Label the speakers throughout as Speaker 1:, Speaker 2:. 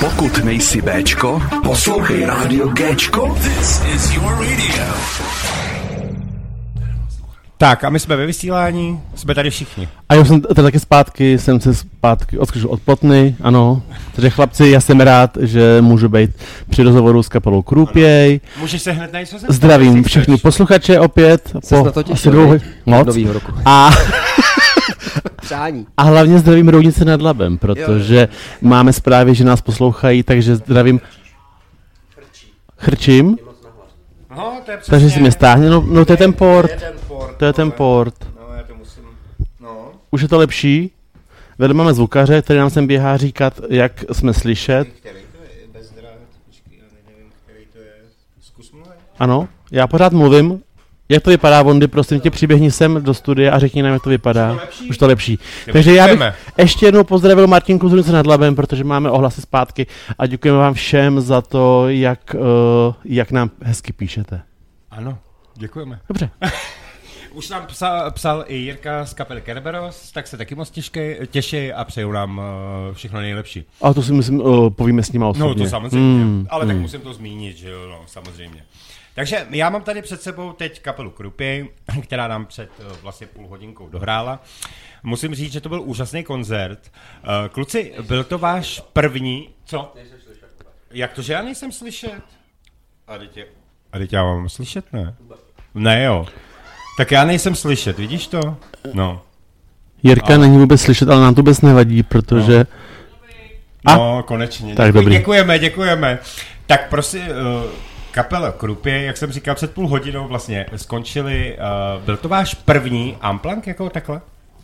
Speaker 1: Pokud nejsi Béčko, poslouchej rádio Géčko. This is your radio.
Speaker 2: Tak a my jsme ve vysílání, jsme tady všichni.
Speaker 3: A já jsem tady taky jsem se zpátky odskočil od Plotny, ano. Takže chlapci, já jsem rád, že můžu být při rozhovoru s kapelou Krůpěj.
Speaker 2: Můžeš se hned na něco zeptat.
Speaker 3: Zdravím všechny posluchače opět. Po asi dlouhé
Speaker 4: novýho roku.
Speaker 3: A hlavně zdravím Roudnice nad Labem, protože máme zprávy, že nás poslouchají, takže zdravím. Chrčím.
Speaker 2: No, to je přesně.
Speaker 3: Takže si mě stáhne, no to je ten port. To je ten port.
Speaker 2: No, já to musím, no.
Speaker 3: Už je to lepší? Vedle máme zvukaře, který nám sem běhá říkat, jak jsme slyšet.
Speaker 2: Který to je? Bezdrát? Počkej, já nevím, který to je. Zkus mluvit.
Speaker 3: Ano, já pořád mluvím. Jak to vypadá, Vondy, prosím tě, přiběhni sem do studia a řekni nám, jak to vypadá. Už to lepší. Takže já bych ještě jednou pozdravil Martinku z Roudnice nad Labem, protože máme ohlasy zpátky a děkujeme vám všem za to, jak nám hezky píšete.
Speaker 2: Ano, děkujeme.
Speaker 3: Dobře.
Speaker 2: Už nám psal i Jirka z kapely Kerberos, tak se taky moc těší a přeju nám všechno nejlepší.
Speaker 3: A to si myslím, povíme s nima osobně.
Speaker 2: No to samozřejmě, ale tak musím to zmínit, že jo, no, samozřejmě. Takže já mám tady před sebou teď kapelu Krupěj, která nám před vlastně půl hodinkou dohrála. Musím říct, že to byl úžasný koncert. Kluci, byl to váš první... Co? Jak to, že já nejsem slyšet? A teď já mám slyšet, ne? Ne, jo. Tak já nejsem slyšet, vidíš to? No.
Speaker 3: Jirka není vůbec slyšet, ale nám to vůbec nevadí, protože...
Speaker 2: No, konečně.
Speaker 3: Tak dobrý.
Speaker 2: Děkujeme. Tak prosím... Kapela Krupěj, jak jsem říkal, před půl hodinou vlastně skončili. Byl to váš první Amplank jako takhle?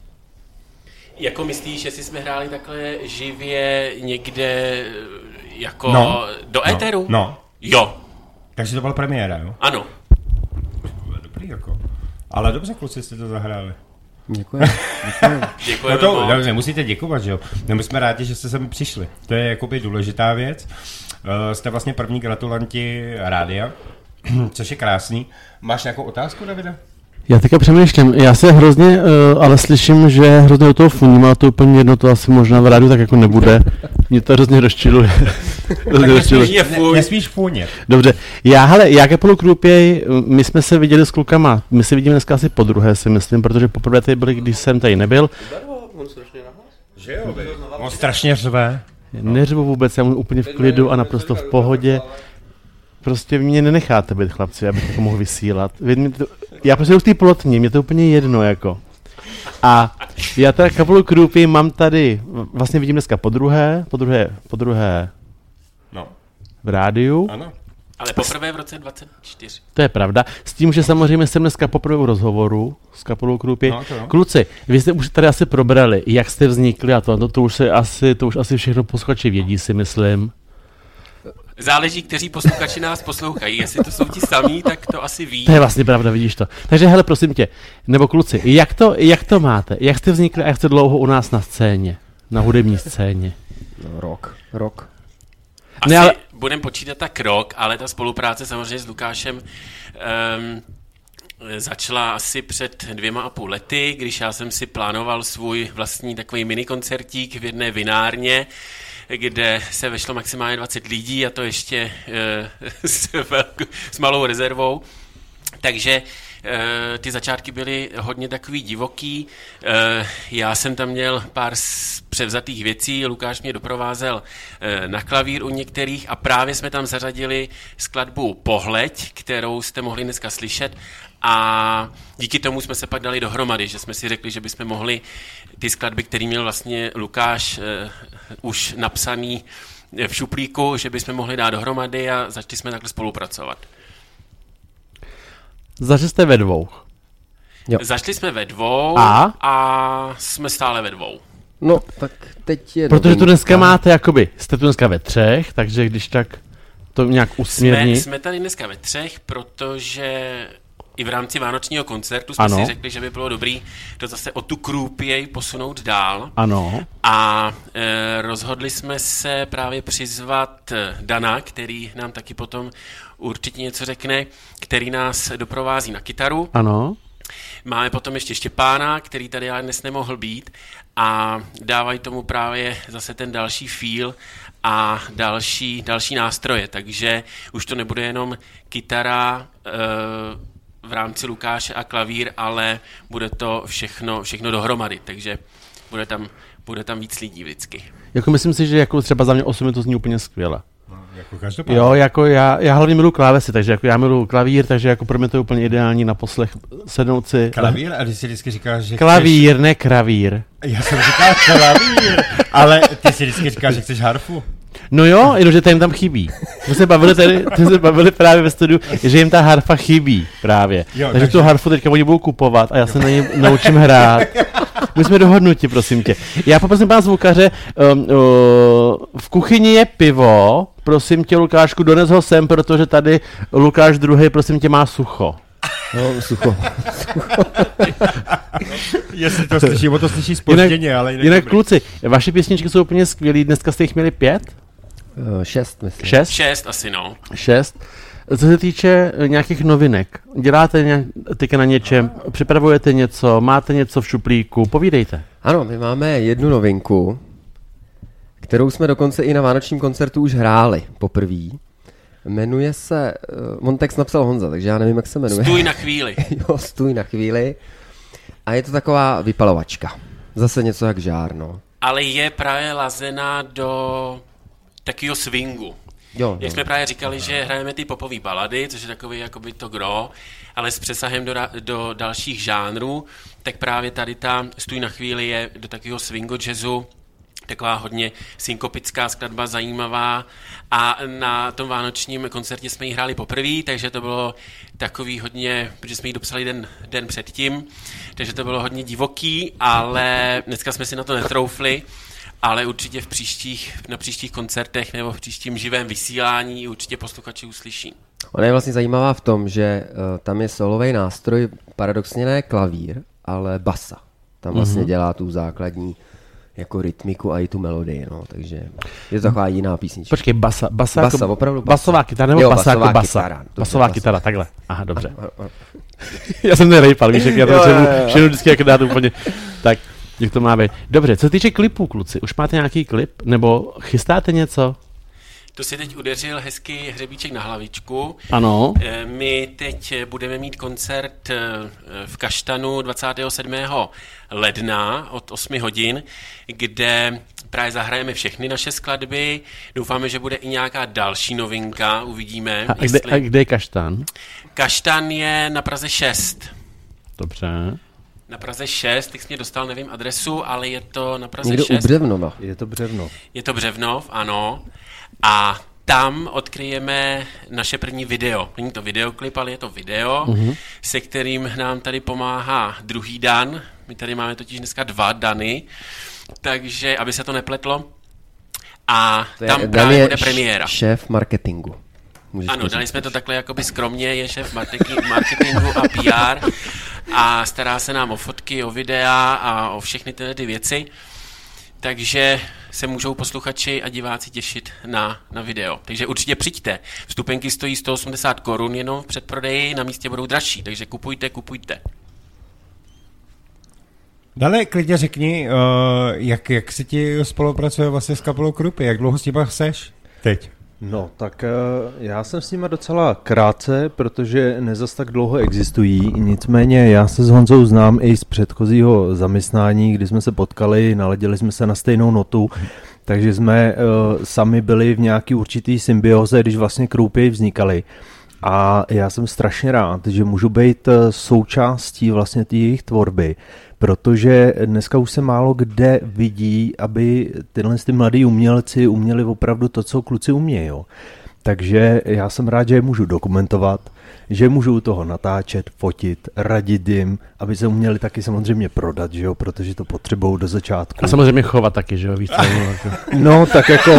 Speaker 4: Jako myslíš, že jsme hráli takhle živě někde jako do éteru?
Speaker 2: No.
Speaker 4: Jo.
Speaker 2: Takže to byla premiéra, jo?
Speaker 4: Ano.
Speaker 2: Dobrý jako. Ale dobře, kluci, jste to zahráli.
Speaker 4: Děkujeme.
Speaker 2: No to nemusíte děkovat, že jo? No my jsme rádi, že jste sem přišli. To je jakoby důležitá věc. Jste vlastně první gratulanti rádia, což je krásný. Máš nějakou otázku, Davide?
Speaker 3: Já teďka přemýšlím, já se hrozně, ale slyším, že hrozně do toho funím, ale to úplně jedno, to asi možná v rádiu tak jako nebude. Mě to hrozně rozčiluje.
Speaker 2: Nesmíš fůnět.
Speaker 3: Dobře, já kapelu Krupěj, my jsme se viděli s klukama, my se vidíme dneska asi podruhé, si myslím, protože poprvé tady byli, když jsem tady nebyl.
Speaker 2: Že jo, on strašně řve.
Speaker 3: Neřvu vůbec, já mu úplně v klidu a naprosto v pohodě. Prostě mě nenecháte být, chlapci, abych jako mohl vysílat. Já prostě jdu v té Plotně, mě to úplně jedno, jako. A já teda kapelu Krupy mám tady, vlastně vidím dneska podruhé
Speaker 2: no.
Speaker 3: V rádiu.
Speaker 2: Ano.
Speaker 4: Ale poprvé v roce 24.
Speaker 3: To je pravda. S tím, že samozřejmě jsem dneska poprvé u rozhovoru s kapelou Krupy.
Speaker 2: No,
Speaker 3: Kluci, vy jste už tady asi probrali, jak jste vznikli a to už asi všechno posluchači vědí, si myslím.
Speaker 4: Záleží, kteří posluchači nás poslouchají. Jestli to jsou ti samí, tak to asi ví.
Speaker 3: To je vlastně pravda, vidíš to. Takže hele, prosím tě, nebo kluci, jak to máte? Jak jste vznikli a jak jste dlouho u nás na scéně? Na hudební scéně?
Speaker 5: Rok.
Speaker 4: Asi budeme počítat tak rok, ale ta spolupráce samozřejmě s Lukášem začala asi před 2,5 lety, když já jsem si plánoval svůj vlastní takový minikoncertík v jedné vinárně, kde se vešlo maximálně 20 lidí a to ještě s malou rezervou. Takže ty začátky byly hodně takový divoký. Já jsem tam měl pár převzatých věcí, Lukáš mě doprovázel na klavír u některých a právě jsme tam zařadili skladbu Pohleď, kterou jste mohli dneska slyšet a díky tomu jsme se pak dali dohromady, že jsme si řekli, že bychom mohli ty skladby, které měl vlastně Lukáš už napsaný v šuplíku, že bychom mohli dát dohromady a začali jsme takhle spolupracovat.
Speaker 3: Začali jste ve dvou.
Speaker 4: Jo. Začali jsme ve dvou a jsme stále ve dvou.
Speaker 5: No, tak teď je...
Speaker 3: Protože tu dneska máte, jakoby, jste tu dneska ve třech, takže když tak to nějak usměrní.
Speaker 4: Jsme tady dneska ve třech, protože i v rámci vánočního koncertu jsme si řekli, že by bylo dobrý to zase o tu Krupěj posunout dál.
Speaker 3: Ano.
Speaker 4: A rozhodli jsme se právě přizvat Dana, který nám taky potom určitě něco řekne, který nás doprovází na kytaru.
Speaker 3: Ano.
Speaker 4: Máme potom ještě Štěpána, který tady ale dnes nemohl být a dávají tomu právě zase ten další feel a další nástroje, takže už to nebude jenom kytara v rámci Lukáše a klavír, ale bude to všechno dohromady, takže bude tam víc lidí vždycky.
Speaker 3: Jako myslím si, že jako třeba za mě osobně to zní úplně skvěle.
Speaker 2: Jako každopádně.
Speaker 3: Jo, jako já hlavně miluji klávesy, takže jako já miluji klavír, takže jako pro mě to je úplně ideální na poslech sednout si.
Speaker 2: Klavír? A ty si vždycky říkáš, že
Speaker 3: klavír, ne kravír.
Speaker 2: Já jsem říkal klavír, ale ty si vždycky říkáš, že chceš harfu.
Speaker 3: No jo, jenomže to jim tam chybí. My se bavili právě ve studiu, že jim ta harfa chybí právě. Jo, takže tu harfu teďka oni budou kupovat a já se na ní naučím hrát. My jsme dohodnuti, prosím tě. Já poprosím pana zvukaře, v kuchyni je pivo, prosím tě, Lukášku, dones ho sem, protože tady Lukáš druhý, prosím tě, má sucho.
Speaker 5: No, sucho.
Speaker 2: Jestli to slyší, to slyší zpožděně, ale
Speaker 3: jinak kluci, vaše písničky jsou úplně skvělý, dneska jste jich měli 5?
Speaker 5: 6, myslím.
Speaker 4: 6 asi, no.
Speaker 3: 6. Co se týče nějakých novinek, děláte teďka na něčem, připravujete něco, máte něco v šuplíku, povídejte.
Speaker 5: Ano, my máme jednu novinku, kterou jsme dokonce i na vánočním koncertu už hráli poprvé. Jmenuje se, on text napsal Honza, takže já nevím, jak se jmenuje.
Speaker 4: Stůj na chvíli.
Speaker 5: Jo, Stůj na chvíli. A je to taková vypalovačka. Zase něco jak žár, no.
Speaker 4: Ale je právě lazená do takového swingu.
Speaker 5: Jo,
Speaker 4: jak jsme právě říkali, že hrajeme ty popové balady, což je takový jakoby to gro, ale s přesahem do dalších žánrů, tak právě tady ta Stůj na chvíli je do takového swingu jazzu, taková hodně synkopická skladba, zajímavá a na tom vánočním koncertě jsme ji hráli poprvé, takže to bylo takový hodně, protože jsme ji dopsali den předtím, takže to bylo hodně divoký, ale dneska jsme si na to netroufli, ale určitě na příštích koncertech nebo v příštím živém vysílání určitě posluchači uslyší.
Speaker 5: Ona je vlastně zajímavá v tom, že tam je solový nástroj, paradoxně ne klavír, ale basa. Tam vlastně dělá tu základní jako rytmiku a i tu melodii, no, takže je to taková jiná písnička.
Speaker 3: Počkej, basa,
Speaker 5: jako, opravdu basa.
Speaker 3: Basová kytara, nebo basa jako basa?
Speaker 5: Kytara,
Speaker 3: basová kytara, takhle. Aha, dobře. Já jsem nerejpal, víš, jak já to všechno vždycky jak dát úplně. Tak, jak to má být. Dobře, co se týče klipů, kluci, už máte nějaký klip? Nebo chystáte něco?
Speaker 4: To si teď udeřil hezký hřebíček na hlavičku.
Speaker 3: Ano.
Speaker 4: My teď budeme mít koncert v Kaštanu 27. ledna od 8 hodin, kde právě zahrajeme všechny naše skladby. Doufáme, že bude i nějaká další novinka, uvidíme.
Speaker 3: A kde je Kaštan?
Speaker 4: Kaštan je na Praze 6.
Speaker 3: Dobře.
Speaker 4: Na Praze 6, teď jsi mě dostal, nevím adresu, ale je to na Praze
Speaker 5: někdo
Speaker 4: 6.
Speaker 5: U Břevnova.
Speaker 6: Je to Břevnov.
Speaker 4: Je to Břevnov, ano. A tam odkryjeme naše první video. Není to videoklip, ale je to video, se kterým nám tady pomáhá druhý Dan. My tady máme totiž dneska 2 Dany, takže aby se to nepletlo. A tam právě bude premiéra.
Speaker 5: Šéf marketingu.
Speaker 4: Ano, dali jsme to takhle jakoby skromně, je šéf marketingu a PR a stará se nám o fotky, o videa a o všechny tyhle věci. Takže se můžou posluchači a diváci těšit na video. Takže určitě přijďte. Vstupenky stojí 180 Kč jenom v předprodeji, na místě budou dražší, takže kupujte.
Speaker 2: Dále klidně řekni, jak se ti spolupracuje vlastně s kapelou Krupy, jak dlouho s tím seš teď?
Speaker 6: No, tak já jsem s nima docela krátce, protože nezas tak dlouho existují, nicméně já se s Honzou znám i z předchozího zaměstnání, kdy jsme se potkali, naladili jsme se na stejnou notu, takže jsme sami byli v nějaký určitý symbioze, když vlastně Krupy vznikaly. A já jsem strašně rád, že můžu být součástí vlastně té jejich tvorby, protože dneska už se málo kde vidí, aby tyhle mladí umělci uměli opravdu to, co kluci umějí. Jo. Takže já jsem rád, že je můžu dokumentovat, že můžu u toho natáčet, fotit, radit jim, aby se uměli taky samozřejmě prodat, že jo, protože to potřebují do začátku.
Speaker 3: A samozřejmě chovat taky, že jo, víc.
Speaker 6: No, tak jako...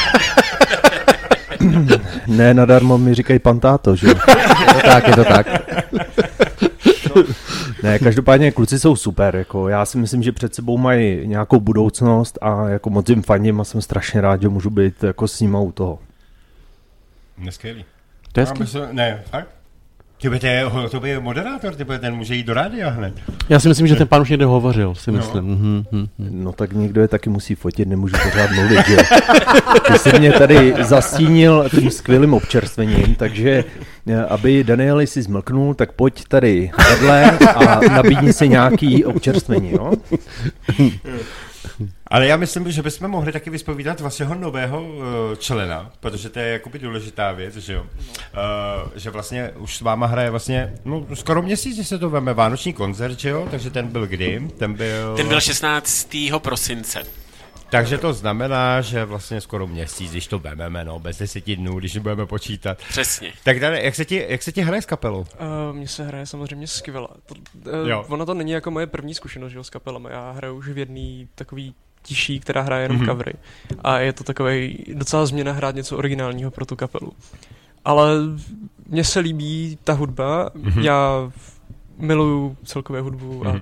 Speaker 6: Ne, nadarmo mi říkají pan táto, že jo.
Speaker 5: Je to tak.
Speaker 6: Ne, každopádně kluci jsou super, jako já si myslím, že před sebou mají nějakou budoucnost a jako moc jim fandím a jsem strašně rád, že můžu být jako s nima u toho.
Speaker 2: Neskvělý.
Speaker 3: To je skvělý.
Speaker 2: Ne, fakt? To by je moderátor, ten může jít do rádia hned.
Speaker 3: Já si myslím, že ten pán už někde hovořil, si myslím.
Speaker 6: No tak někdo je taky musí fotit, nemůžu pořád mluvit, že? Ty jsi mě tady zastínil tím skvělým občerstvením, takže aby Danieli si zmlknul, tak pojď tady vedle a nabídni si nějaký občerstvení, jo?
Speaker 2: Ale já myslím, že bychom mohli taky vyspovídat vašeho nového člena, protože to je jakoby důležitá věc, že jo. Že vlastně už s váma hraje vlastně, skoro měsíc, že se to veme, vánoční koncert, že jo, takže ten byl kdy? Ten byl 16.
Speaker 4: prosince.
Speaker 2: Takže to znamená, že vlastně skoro měsíc, když to vememe, bez 10 dnů, když budeme počítat.
Speaker 4: Přesně.
Speaker 2: Tak dále, jak se ti hraje s kapelou?
Speaker 7: Mně se hraje samozřejmě skvěle. Ono to není jako moje první zkušenost, že, s kapelami. Já hraju už v jedný takový tiší, která hraje jenom covery. A je to takovej docela změna hrát něco originálního pro tu kapelu. Ale mně se líbí ta hudba, já miluju celkově hudbu a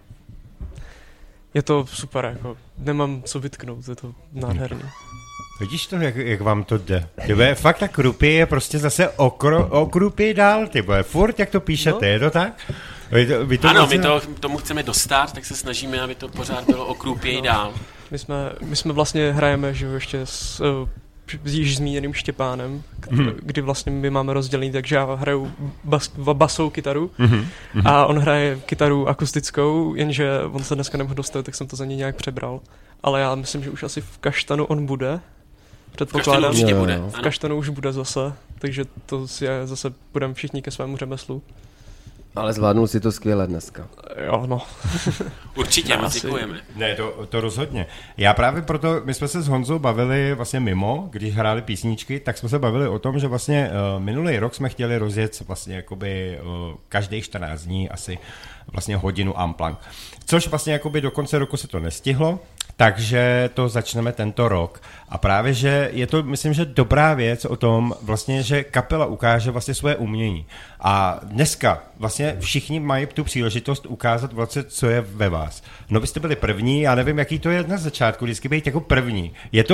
Speaker 7: je to super, jako nemám co vytknout, je to nádherný.
Speaker 2: Vidíš to, jak vám to jde? Fakt ta Krupy je prostě zase o Krupy dál, furt jak to píšete, je to tak?
Speaker 4: Ano, my tomu chceme dostat, tak se snažíme, aby to pořád bylo o Krupy dál.
Speaker 7: My jsme vlastně hrajeme, že ještě s již zmíněným Štěpánem, kdy vlastně my máme rozdělený, takže já hraju basovou kytaru a on hraje kytaru akustickou, jenže on se dneska nemohl dostat, tak jsem to za něj nějak přebral. Ale já myslím, že už asi v Kaštanu on bude. Předpokládám, v Kaštanu už bude zase, takže to si zase budeme všichni ke svému řemeslu.
Speaker 5: Ale zvládnul si to skvěle dneska.
Speaker 7: Jo, no.
Speaker 4: Určitě, moc děkujeme.
Speaker 2: Ne, to rozhodně. Já právě proto, my jsme se s Honzou bavili vlastně mimo, když hráli písničky, tak jsme se bavili o tom, že vlastně minulý rok jsme chtěli rozjet vlastně jakoby každých 14 dní asi vlastně hodinu Unplugged. Což vlastně jakoby do konce roku se to nestihlo, takže to začneme tento rok. A právě, že je to, myslím, že dobrá věc o tom, vlastně, že kapela ukáže vlastně svoje umění. A dneska vlastně všichni mají tu příležitost ukázat vlastně, co je ve vás. No vy jste byli první, já nevím, jaký to je na začátku, vždycky být jako první.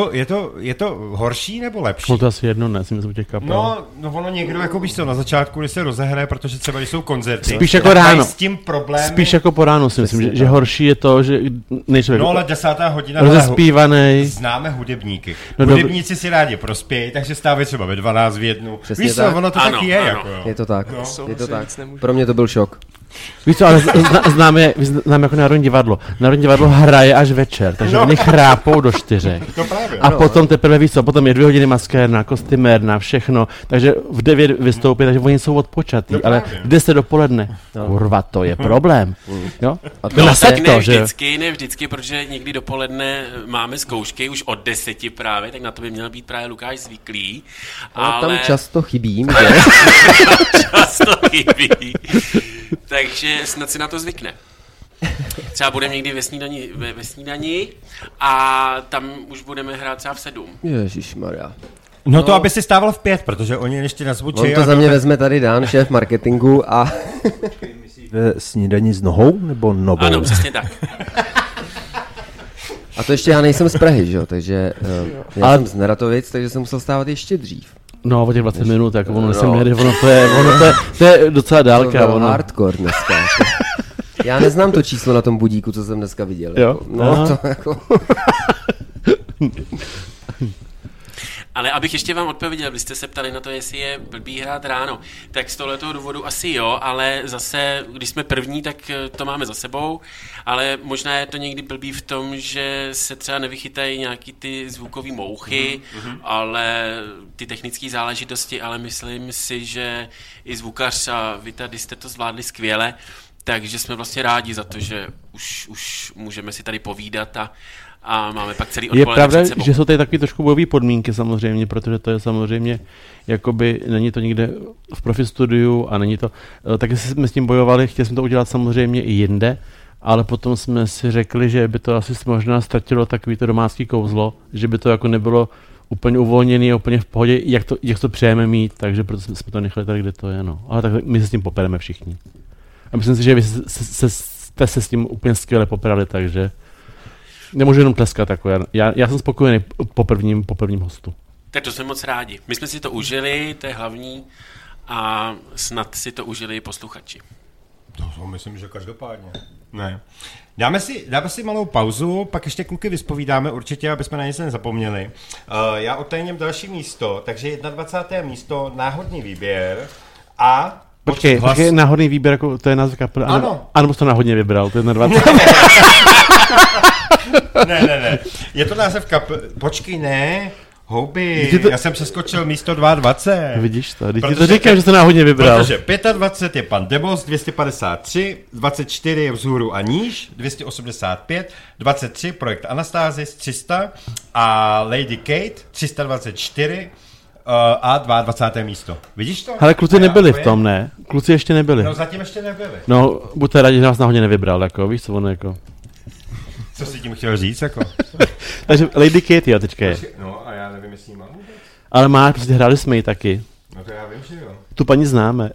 Speaker 2: Je to horší nebo lepší?
Speaker 3: No to asi jedno, ne, si myslím, těch kapel.
Speaker 2: No ono někdo, jako víš co, na začátku, když se rozehraje, protože třeba když jsou koncerty.
Speaker 3: Spíš jako ráno.
Speaker 2: S tím problémy.
Speaker 3: Spíš jako po ránu si myslím, že horší je to, že nejsem.
Speaker 2: No ale 10. hodina
Speaker 3: rozespívanej.
Speaker 2: Známe hudebníky. Hudebníci si rádi prospějí, takže stávají třeba ve 12 v 1. Víš co, ono to taky je. Jako,
Speaker 5: je to tak. Je to tak. Pro mě to byl šok.
Speaker 3: Víš co, ale známe jako Národní divadlo. Národní divadlo hraje až večer, takže oni chrápou do 4.
Speaker 2: To právě.
Speaker 3: A potom teprve víš co, potom je 2 hodiny maskérna, kostymérna, všechno, takže v 9 vystoupí, takže oni jsou odpočatý, ale v 10 dopoledne. Kurva, to je problém. Jo?
Speaker 4: No, tak ne vždycky, protože někdy dopoledne máme zkoušky už od 10 právě, tak na to by měl být právě Lukáš zvyklý.
Speaker 5: Ale tam často chybím, že?
Speaker 4: Často chybí. Takže snad si na to zvykne. Třeba budeme někdy ve snídani a tam už budeme hrát třeba v 7.
Speaker 5: Ježišmarja.
Speaker 2: No to, aby si stával v 5, protože oni ještě nazvučí.
Speaker 5: On to za mě vezme tady Dan, šéf marketingu a...
Speaker 6: Myslíte snídani s nohou nebo nobou?
Speaker 4: Ano, přesně tak.
Speaker 5: A to ještě já nejsem z Prahy, že jo, takže já jsem z Neratovic, takže jsem musel stávat ještě dřív.
Speaker 3: No, o těch 20 minut, jako ono nesem nejde, ono to je docela dálka.
Speaker 5: To hardcore dneska. Já neznám to číslo na tom budíku, co jsem dneska viděl.
Speaker 3: Jo?
Speaker 5: No, to jako...
Speaker 4: Ale abych ještě vám odpověděl, vy jste se ptali na to, jestli je blbý hrát ráno, tak z tohoto důvodu asi jo, ale zase, když jsme první, tak to máme za sebou, ale možná je to někdy blbý v tom, že se třeba nevychytají nějaký ty zvukové mouchy, ale ty technické záležitosti, ale myslím si, že i zvukař a vy tady jste to zvládli skvěle, takže jsme vlastně rádi za to, že už můžeme si tady povídat a máme pak celý odpoledne.
Speaker 3: Je pravda, že jsou tady taky trošku bojové podmínky samozřejmě, protože to je samozřejmě, jakoby není to nikde v profi studiu a není to, taky jsme s tím bojovali, chtěli jsme to udělat samozřejmě i jinde, ale potom jsme si řekli, že by to asi možná ztratilo takový to domácí kouzlo, že by to jako nebylo úplně uvolněný, úplně v pohodě, jak to přejeme mít, takže proto jsme to nechali tady, kde to je, no. Ale tak my se s tím popereme všichni. A myslím si, že vy jste se s tím úplně skvěle poperali, takže nemůžu jenom tleskat, jako já jsem spokojený po prvním hostu.
Speaker 4: Tak to jsme moc rádi. My jsme si to užili, to je hlavní a snad si to užili posluchači.
Speaker 2: To myslím, že každopádně. Ne. Dáme si malou pauzu, pak ještě kluky vyspovídáme určitě, aby jsme na něco nezapomněli. Já odtajním další místo, takže 21. místo, náhodný výběr a...
Speaker 3: Počkej, náhodný výběr, jako to je název kapely?
Speaker 2: Ano.
Speaker 3: Ano, to náhodně vybral, to je 21.
Speaker 2: Ne. Je to název kapely. Počkej, ne. Houby, já jsem přeskočil místo 22.
Speaker 3: Vidíš to, když ti to říkám, že to náhodně vybral.
Speaker 2: Protože 25 je pan Demos, 253, 24 je Vzhůru a níž, 285, 23 projekt Anastázis, 300 a Lady Kate, 324 a 22. místo. Vidíš to?
Speaker 3: Ale kluci nebyli v tom, ne? Kluci ještě nebyli.
Speaker 2: No zatím ještě nebyli.
Speaker 3: No, buďte rádi, že nás náhodně nevybral, jako, víš co on jako.
Speaker 2: Co jsi tím chtěl říct, jako?
Speaker 3: Takže Lady Kate, jo, teďka je.
Speaker 2: No a já nevím, jestli mám vůbec.
Speaker 3: Ale má, prostě hráli jsme ji taky.
Speaker 2: No to já vím, že jo.
Speaker 3: Tu paní známe.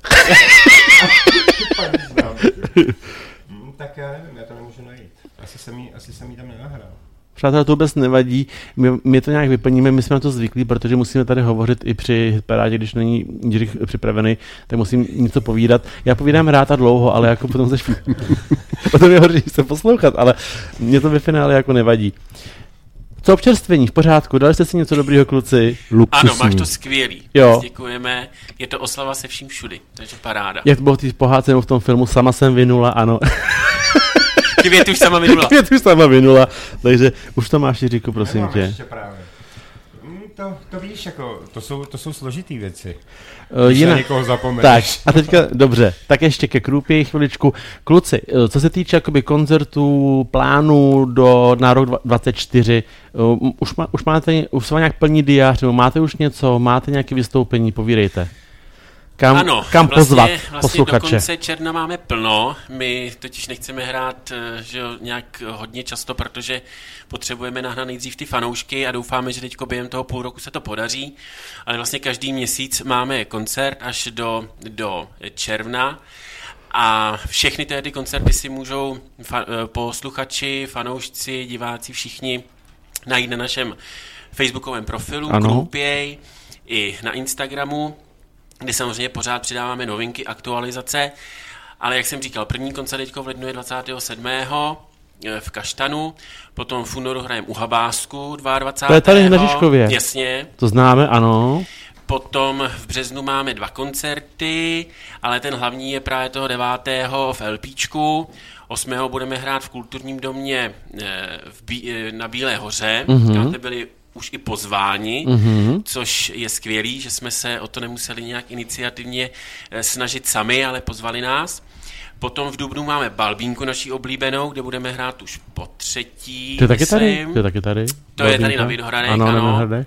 Speaker 2: Tak já nevím, já to nemůžu najít. Asi jsem jí tam nenahrál.
Speaker 3: Přátelé, to vůbec nevadí, my to nějak vyplníme, my jsme na to zvyklí, protože musíme tady hovořit i při hitparádě, když není Jindřich připravený, tak musím něco povídat. Já povídám rád a dlouho, ale jako potom potom je horší se poslouchat, ale mě to ve finále jako nevadí. Co občerstvení, v pořádku, dali jste si něco dobrýho, kluci?
Speaker 4: Ano, máš to skvělý.
Speaker 3: Jo.
Speaker 4: Děkujeme, je to oslava se vším všudy, takže paráda.
Speaker 3: Jak to bylo v té pohádce nebo v tom filmu, sama jsem vinula, ano.
Speaker 4: Ty věty už sama vinula.
Speaker 3: Takže už to máš, Jiříku, prosím tě.
Speaker 2: Ještě právě. To víš, jako, to jsou složitý věci.
Speaker 3: Jinak.
Speaker 2: Někoho zapomeneš.
Speaker 3: Tak, a teďka, dobře, tak ještě ke Krupě chviličku. Kluci, co se týče jakoby koncertů, plánů na rok 2024, už se má nějak plní diář, nebo máte už něco, máte nějaké vystoupení, povídejte. Kam pozvat posluchače?
Speaker 4: Do konce června máme plno, my totiž nechceme hrát že nějak hodně často, protože potřebujeme nahnat nejdřív ty fanoušky a doufáme, že teďko během toho půl roku se to podaří, ale vlastně každý měsíc máme koncert až do června a všechny ty koncerty si můžou posluchači, fanoušci, diváci, všichni najít na našem facebookovém profilu Krupěj i na Instagramu, kde samozřejmě pořád přidáváme novinky, aktualizace, ale jak jsem říkal, první koncert teďko v lednu je 27. v Kaštanu, potom v únoru hrajeme u Habásku 22.
Speaker 3: To je tady na Žižkově.
Speaker 4: Jasně.
Speaker 3: To známe, ano.
Speaker 4: Potom v březnu máme 2 koncerty, ale ten hlavní je právě toho 9. v LPčku. 8. budeme hrát v Kulturním domě na Bílé hoře, kam byli už i pozváni, což je skvělý, že jsme se o to nemuseli nějak iniciativně snažit sami, ale pozvali nás. Potom v dubnu máme Balbínku naší oblíbenou, kde budeme hrát už po 3.
Speaker 3: To je taky tady?
Speaker 4: To je tady na Vinohradech, ano.
Speaker 3: Na Vinohradech.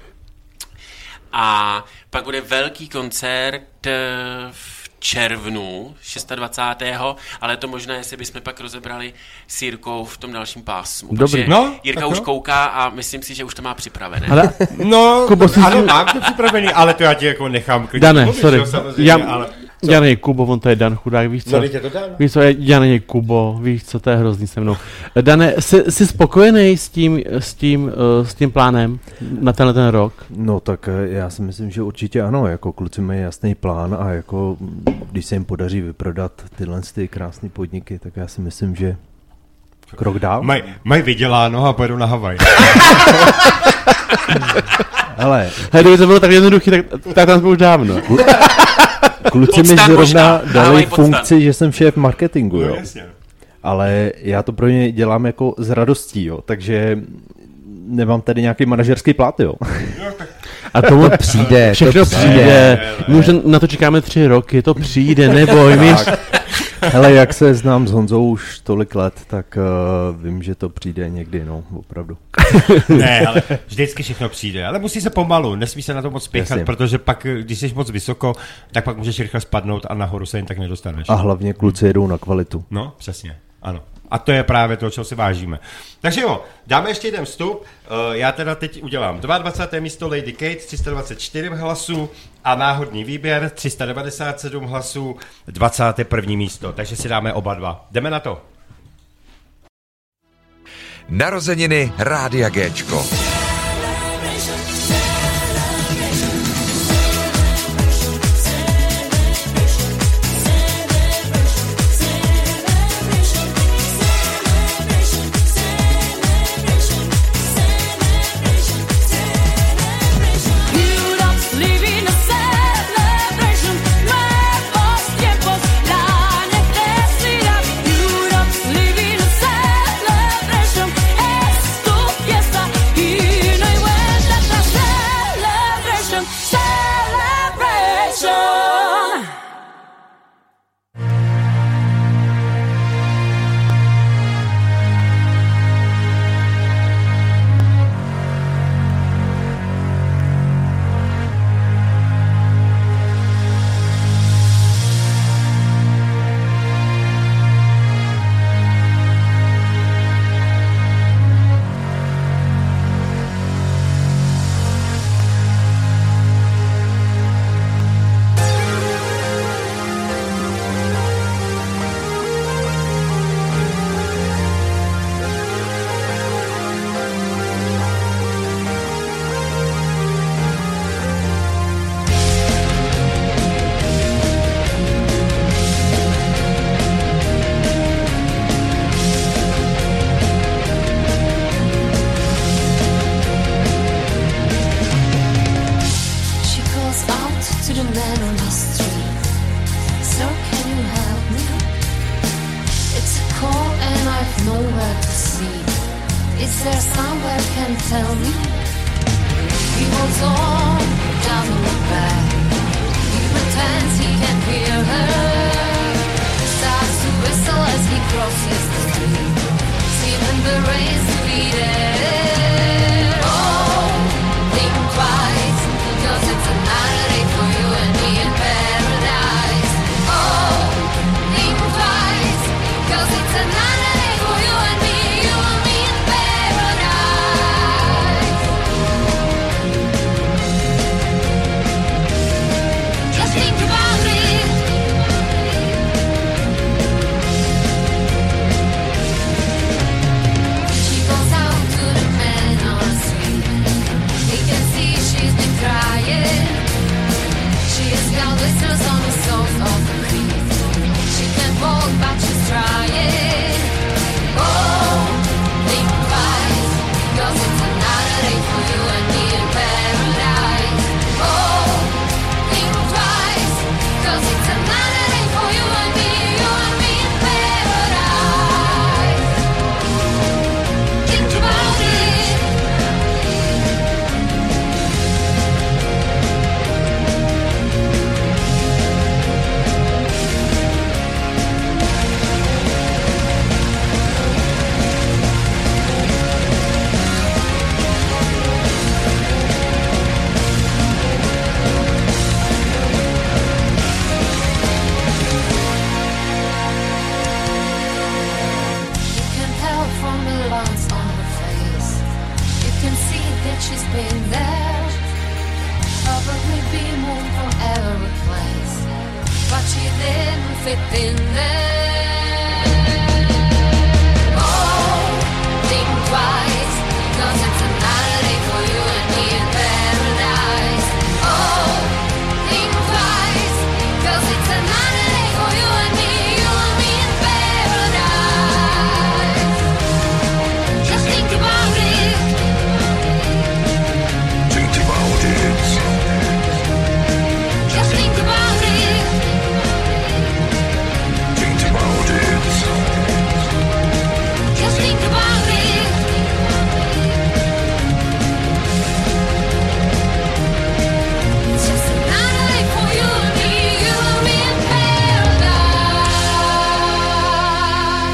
Speaker 4: A pak bude velký koncert v červnu, 26. ale to možná, jestli bychom pak rozebrali s Jirkou v tom dalším pásmu.
Speaker 3: Dobrý.
Speaker 4: Jirka už kouká a myslím si, že už to má připravené.
Speaker 3: Ale,
Speaker 2: ano, mám to připravený, ale to já ti jako nechám klidně.
Speaker 3: Dane, sorry. Janej Kubo, on to je Dan Chudák, víš co? Víš co, Janej Kubo, víš co, to je hrozný se mnou. Dane, jsi spokojený s tím plánem na ten rok?
Speaker 6: No tak já si myslím, že určitě ano, jako kluci mají jasný plán a jako když se jim podaří vyprodat tyhle krásné podniky, tak já si myslím, že krok dál.
Speaker 2: Mají vyděláno a pojedou na Havaj.
Speaker 6: Ale
Speaker 3: kdyby to bylo tak jednoduchý, tak tam jsme už dávno.
Speaker 6: Kluci mi zrovna dali funkci, že jsem šéf marketingu, jo. Ale já to pro ně dělám jako s radostí, jo. Takže nemám tady nějaký manažerský plat, jo.
Speaker 3: A tomu
Speaker 5: přijde.
Speaker 3: Všechno přijde. Na to čekáme 3 roky, to přijde, neboj, víš.
Speaker 6: Hele, jak se znám s Honzou už tolik let, tak vím, že to přijde někdy, no, opravdu.
Speaker 2: Ne, ale vždycky všechno přijde, ale musí se pomalu, nesmí se na to moc spěchat, protože pak, když jsi moc vysoko, tak pak můžeš rychle spadnout a nahoru se jen tak nedostaneš.
Speaker 6: A hlavně kluci jedou na kvalitu.
Speaker 2: No, přesně, ano. A to je právě to, čeho si vážíme. Takže jo, dáme ještě jeden vstup. Já teda teď udělám 22. místo Lady Kate, 324 hlasů a náhodný výběr, 397 hlasů, 21. místo. Takže si dáme oba dva. Jdeme na to.
Speaker 1: Narozeniny Rádia Géčko.
Speaker 8: doesn't tell me. He walks on, doesn't look back. He pretends he can hear her. Starts to whistle as he crosses the street. Seeing the rains to be there. Oh, think twice, because it's another day for you and me in paradise. Oh, think twice, because it's another day for you and me, you and me in paradise. Just think about it. She goes out to the man on the street. He can see she's been crying. She has got blisters on the soles of her feet. She can't walk but she's trying. Oh, think twice, 'cause it's another day for you and me in paradise. Oh, think twice, 'cause it's another day for you and me in paradise. Think about it. You can tell from the lines on her face. You can see that she's been there. Probably be moved from every place, but she didn't fit in there. Oh, think twice, 'cause it's another day for you and me in paradise. Oh, think twice, 'cause it's another day for you and me in paradise. Just think about it.
Speaker 1: Think about it.
Speaker 8: Just think about it.
Speaker 1: Think about it.
Speaker 8: Just think about it. It's just another day for you and me in paradise.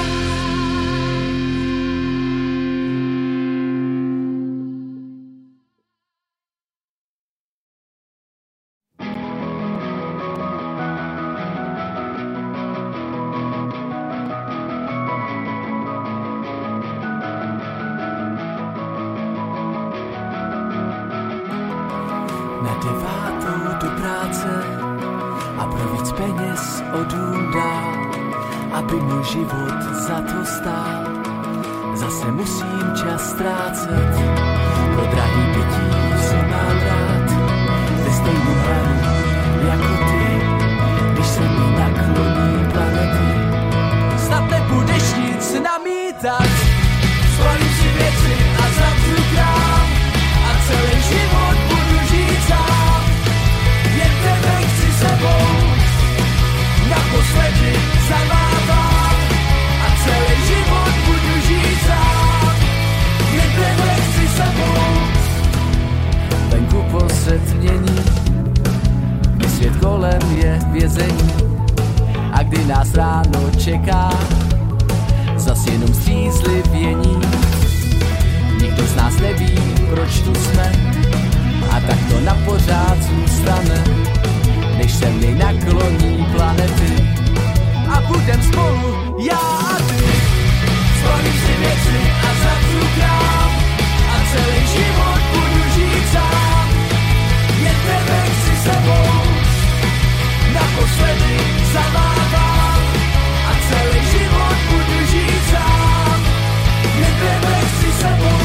Speaker 9: Na 9 do práce a pro víc peněz o dům dál, aby můj život za to stál. Zase musím čas ztrácet pro drahý bytí, co mám rád. Ve stejném baru jako ty, když se mi nakloní planety. Snad nebudeš nic namítat, spalím si věci a zavřu krám a celý život budu žít sám. Jen tebe chci sebou, naposledy zamávám a celý život budu žít sám. Jen tebe chci sebou. Venku posetmění, kdy svět kolem je vězení a kdy nás ráno čeká zas jenom střízlivění. Nikdo z nás neví, proč tu jsme, a tak to na pořád zůstane, než se mi nakloní planety a budem spolu já a ty. Spalím si věci a zavřu krám a celý život budu žít sám. Jen tebe chci sebou, naposledy zamávám a celý život budu žít sám. Jen tebe chci sebou.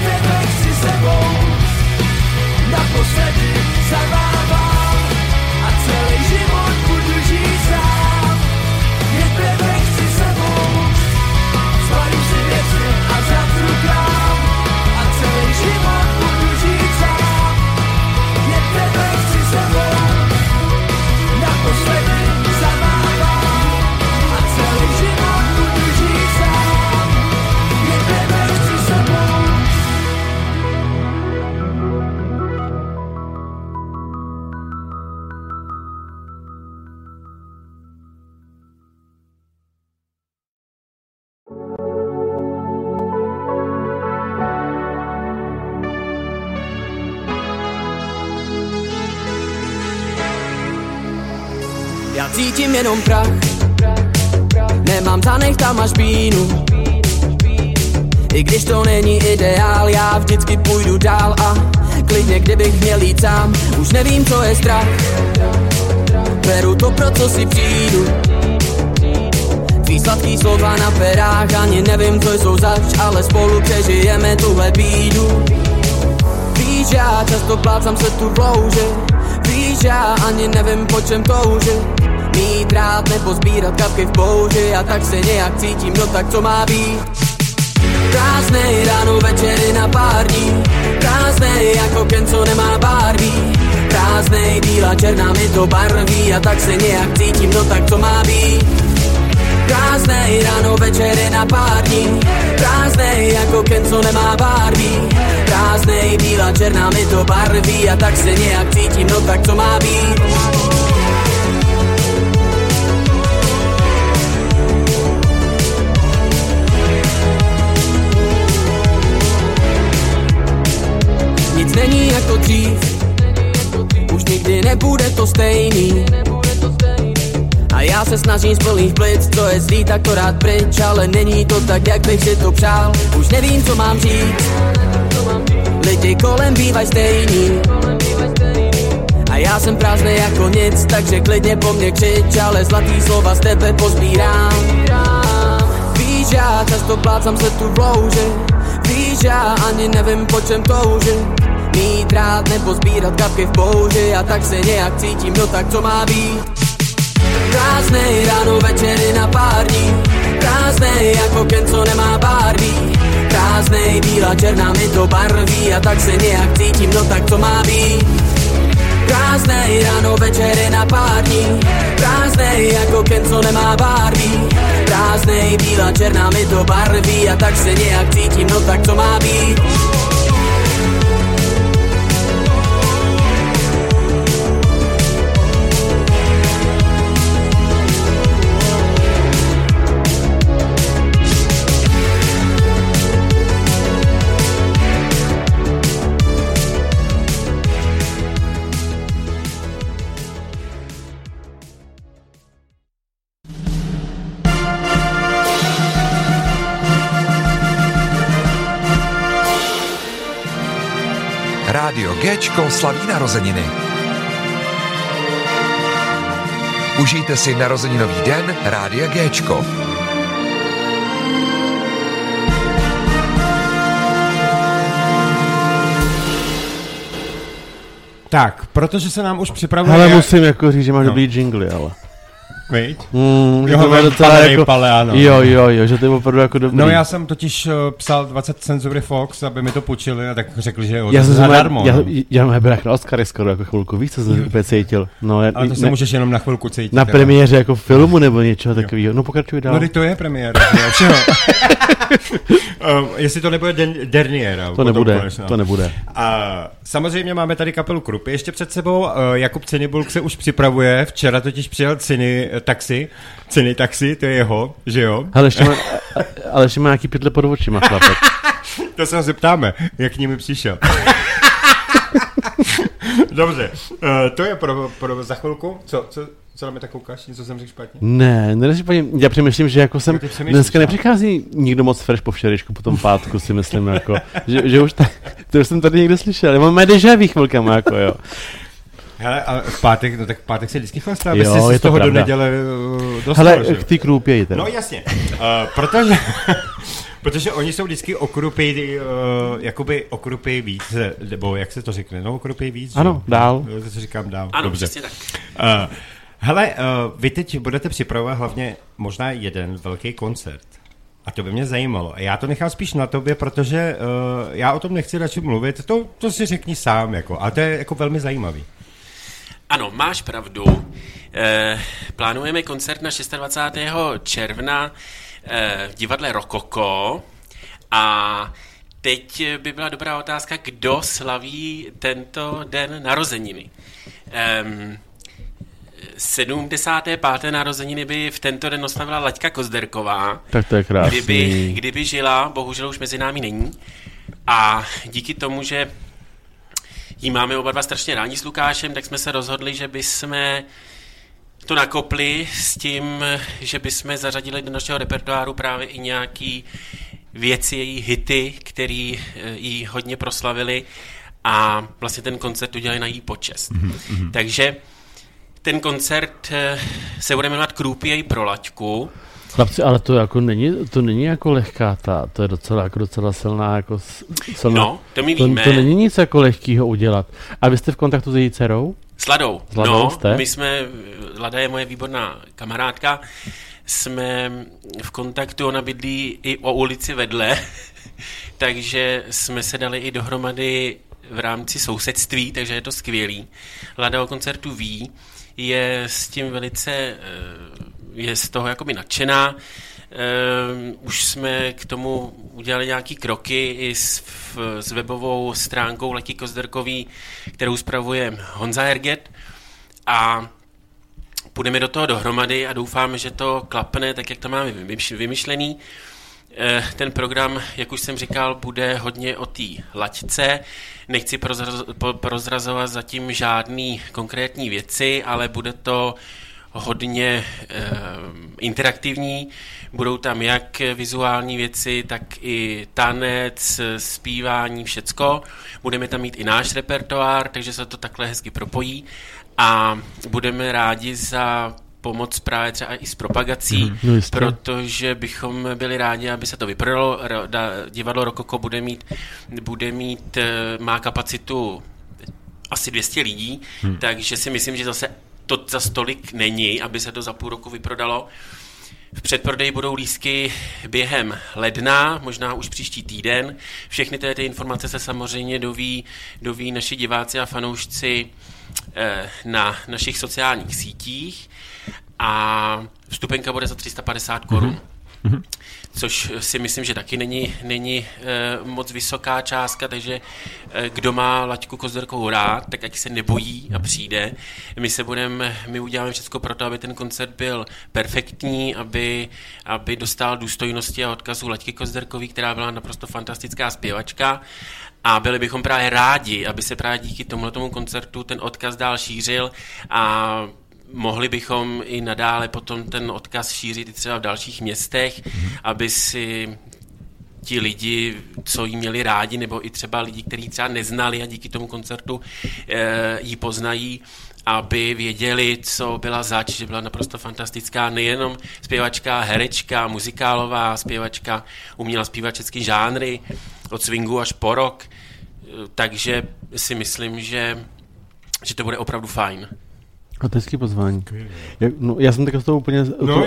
Speaker 9: Někde chci sebou, naposledy zavávám a celý život budu žít sám. Někde chci sebou, spalím si věci a zavřu krám a celý život budu žít sám. Někde chci sebou, naposledy zavávám a celý život budu žít sám. Někde chci sebou.
Speaker 10: Já cítím jenom prach, nemám zanech tam až bínu. I když to není ideál, já vždycky půjdu dál a klidně kdybych měl jít sám. Už nevím, co je strach, beru to, pro co si přijdu. Tvý sladký slova na perách, ani nevím, co jsou zač, ale spolu přežijeme tuhle bídu. Víš, já často plácám se tu v louži, víš, já ani nevím, po čem toužit. Mít rád nebo sbírat kapky v bouři a tak se nějak cítím, no tak co má být. Prázdnej ráno, večery na pár dní, prázdnej jako Ken, co nemá barví. Prázdnej, bílá, černá mi to barví a tak se nějak cítím, no tak co má být. Prázdnej ráno, večery na pár dní, prázdnej jako Ken, co nemá barví. Prázdnej, bílá, černá mi to barví a tak se nějak cítím, no tak co má být. Nic není jako dřív, už nikdy nebude to stejný. A já se snažím z plných plic, co je zlý, tak to rád pryč. Ale není to tak, jak bych si to přál, už nevím, co mám říct. Lidi kolem bývají stejný a já jsem prázdnej jako nic, takže klidně po mně křič, ale zlatý slova z tebe pozbírám. Víš, já často plácám se tu v louži, víš, já ani nevím, po čem toužit. Mít rád nebo sbírat kapky v bouři a tak se nějak cítím, no tak co má být. Prázdnej ráno, večery na pár dní, prázdnej jako Ken, co nemá barví. Prázdnej, bílá, černá mi to barví a tak se nějak cítím, no tak co má být. Prázdnej ráno, večery na pár dní, prázdnej jako Ken, co nemá barví. Prázdnej, bílá, černá mi to barví a tak se nějak cítím, no tak co má být.
Speaker 1: Rádio Géčko slaví narozeniny. Užijte si narozeninový den Rádia Géčko.
Speaker 2: Tak, protože se nám už připravuje...
Speaker 3: Ale musím jako říct, že máš dobrý jingly, ale...
Speaker 2: Víš?
Speaker 3: Že to má docela jako...
Speaker 2: ano.
Speaker 3: Jo, že to je opravdu jako dobrý.
Speaker 2: No já jsem totiž psal 20 Censory Fox, aby mi to půjčili a tak řekli, že jo,
Speaker 3: já jsem
Speaker 2: zadarmo.
Speaker 3: Já mám brát na Oscary skoro jako chvilku, víš, co jsem úplně cítil. No,
Speaker 2: ale to se můžeš jenom na chvilku cítit.
Speaker 3: Na premiéře jako filmu nebo něčeho takového. No pokračuj dál.
Speaker 2: No to je premiéra, všeho. Jestli to nebude derniéra.
Speaker 3: To nebude.
Speaker 2: A samozřejmě máme tady kapelu Krupy ještě před sebou. Jakub Cinibulk se už připravuje. Včera totiž přijel Ciny taxi, to je jeho, že jo?
Speaker 3: Ale ještě má nějaký pytle pod očima, chlapec.
Speaker 2: To se ho zeptáme, jak k nimi přišel. Dobře, to je pro za chvilku. Co na mě tak koukáš? Něco jsem řekl špatně?
Speaker 3: Ne, špatně. Já přemýšlím, že jako jsem dneska nepřichází nikdo moc fresh po včerejšku, po tom pátku si myslím, jako, že už tak, to už jsem tady někde slyšel. Já mám déjà vu chvilkama, jako jo.
Speaker 2: Hele, a v pátek se vždycky chlastá, aby
Speaker 3: si
Speaker 2: z toho do neděle dostal.
Speaker 3: Hele, k té Krupě jde.
Speaker 2: No jasně, Protože oni jsou vždycky jakoby okrupy víc, nebo jak se to řekne, no okrupy víc.
Speaker 3: Ano,
Speaker 2: že?
Speaker 3: dál.
Speaker 2: To říkám dál.
Speaker 4: Ano,
Speaker 2: dobře.
Speaker 4: přesně tak.
Speaker 2: Hele, vy teď budete připravovat hlavně možná jeden velký koncert. A to by mě zajímalo. A já to nechám spíš na tobě, protože já o tom nechci radši mluvit. To si řekni sám, jako. A to je jako velmi zajímavý.
Speaker 4: Ano, máš pravdu. Plánujeme koncert na 26. června v divadle Rokoko a teď by byla dobrá otázka, kdo slaví tento den narozeniny. 75. narozeniny by v tento den oslavila Laďka Kozderková.
Speaker 3: Tak to je krásný.
Speaker 4: Kdyby žila, bohužel už mezi námi není. A díky tomu, že jí máme oba dva strašně rádi s Lukášem, tak jsme se rozhodli, že bychom to nakopli s tím, že bychom zařadili do našeho repertoáru právě i nějaký věci, její hity, které jí hodně proslavily a vlastně ten koncert udělali na její počest. Takže ten koncert se bude jmenovat Krůpěj pro Laďku.
Speaker 3: Chlapci, ale to jako není jako lehká to je docela silná jako silná.
Speaker 4: No, to my víme.
Speaker 3: To není nic jako lehkýho udělat. A vy jste v kontaktu s její dcerou?
Speaker 4: S Ladou.
Speaker 3: Jste?
Speaker 4: Lada je moje výborná kamarádka, jsme v kontaktu, ona bydlí i o ulici vedle, takže jsme se dali i dohromady v rámci sousedství, takže je to skvělý. Lada o koncertu ví, je s tím velice, je z toho jakoby nadšená. Už jsme k tomu udělali nějaký kroky i s webovou stránkou Laďky Kozderkový, kterou spravuje Honza Herget a půjdeme do toho dohromady a doufáme, že to klapne tak, jak to máme vymyšlený. Ten program, jak už jsem říkal, bude hodně o té laťce. Nechci prozrazovat zatím žádný konkrétní věci, ale bude to hodně interaktivní. Budou tam jak vizuální věci, tak i tanec, zpívání, všecko. Budeme tam mít i náš repertoár, takže se to takhle hezky propojí. A budeme rádi za pomoc právě třeba i s propagací, protože bychom byli rádi, aby se to vyprodalo. Divadlo Rokoko má kapacitu asi 200 lidí, takže si myslím, že zase to za stolik není, aby se to za půl roku vyprodalo. V předprodeji budou lístky během ledna, možná už příští týden. Všechny ty informace se samozřejmě doví naši diváci a fanoušci na našich sociálních sítích a vstupenka bude za 350 korun. Což si myslím, že taky není moc vysoká částka, takže kdo má Laďku Kozderkovou rád, tak ať se nebojí a přijde. My uděláme všechno pro to, aby ten koncert byl perfektní, aby dostal důstojnosti a odkazu Laďky Kozderkový, která byla naprosto fantastická zpěvačka. A byli bychom právě rádi, aby se právě díky tomuto koncertu ten odkaz dál šířil a mohli bychom i nadále potom ten odkaz šířit i třeba v dalších městech, aby si ti lidi, co jí měli rádi, nebo i třeba lidi, kteří třeba neznali a díky tomu koncertu ji poznají, aby věděli, co byla zač, že byla naprosto fantastická, nejenom zpěvačka, herečka, muzikálová zpěvačka, uměla zpívat všechny žánry, od swingu až po rock, takže si myslím, že to bude opravdu fajn.
Speaker 3: A to je hezký pozvání. Já jsem teďka z toho úplně...
Speaker 2: No,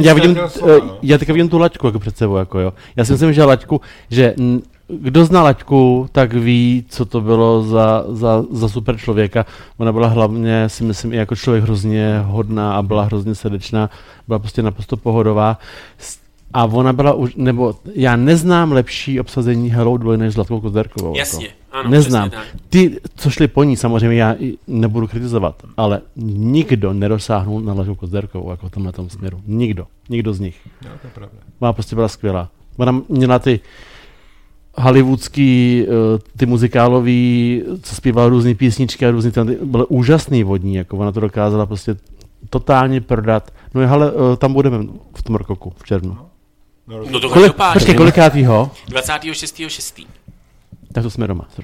Speaker 3: já teďka vidím tu Laďku jako před sebou, jako jo. Já si myslím, že Laďku, že kdo zná Laďku, tak ví, co to bylo za super člověka. Ona byla hlavně, si myslím, i jako člověk hrozně hodná a byla hrozně srdečná. Byla prostě naprosto pohodová. A ona byla už, nebo já neznám lepší obsazení Hello Dolly než Zlatkou Kozderkovou.
Speaker 4: Jasně,
Speaker 3: jako.
Speaker 4: ano.
Speaker 3: Neznám. Ty, co šli po ní, samozřejmě já nebudu kritizovat, ale nikdo nedosáhnul na Zlatkou Kozderkovou jako v tomhletom směru. Nikdo z nich.
Speaker 2: No, to je pravda.
Speaker 3: Ona prostě byla skvělá. Ona měla ty hollywoodský, ty muzikálový, co zpívala různý písničky a různý, byly úžasný vodní, jako ona to dokázala prostě totálně prodat. No je, ale tam budeme v tom Rokoku v červnu.
Speaker 4: No to
Speaker 3: počkej, kolikátýho?
Speaker 4: 26.6.
Speaker 3: Tak to jsme doma.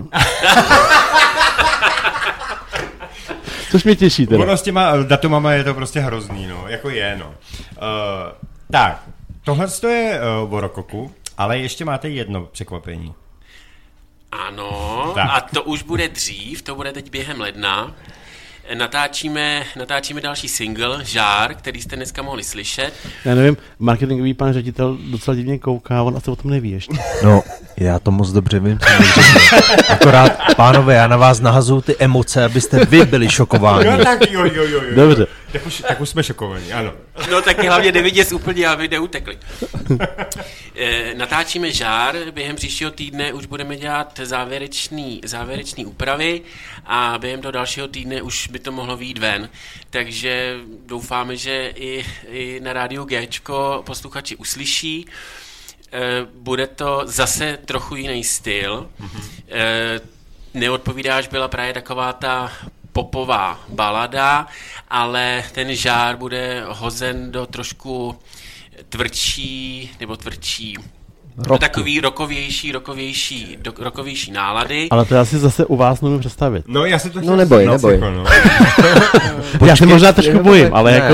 Speaker 3: Což mě těší teda.
Speaker 2: Ono s těma datumama je to prostě hrozný, no, jako je, no. Tak, tohle je o Rokoku ale ještě máte jedno překvapení.
Speaker 4: Ano,
Speaker 2: Tak.
Speaker 4: a to už bude dřív, to bude teď během ledna. Natáčíme další single, Žár, který jste dneska mohli slyšet.
Speaker 3: Já nevím, marketingový pan ředitel docela divně kouká, on asi o tom neví ještě.
Speaker 6: No, já to moc dobře vím, co mi řekne. Akorát, pánové, já na vás nahazuju ty emoce, abyste vy byli šokováni.
Speaker 2: No tak jo.
Speaker 3: Dobře.
Speaker 2: Tak už jsme šokovaní, ano.
Speaker 4: No taky hlavně nevidět úplně, aby neutekli. Natáčíme Žár, během příštího týdne už budeme dělat závěrečný úpravy a během toho dalšího týdne už by to mohlo vyjít ven. Takže doufáme, že i na rádiu Géčko posluchači uslyší. Bude to zase trochu jiný styl. Neodpovídáš byla právě taková ta popová balada, ale ten žár bude hozen do trošku tvrdší, do takový rokovější nálady.
Speaker 3: Ale to já si zase u vás nemůžu představit.
Speaker 2: No já se to
Speaker 5: No neboj.
Speaker 3: Já se možná trošku bojím, ale jako...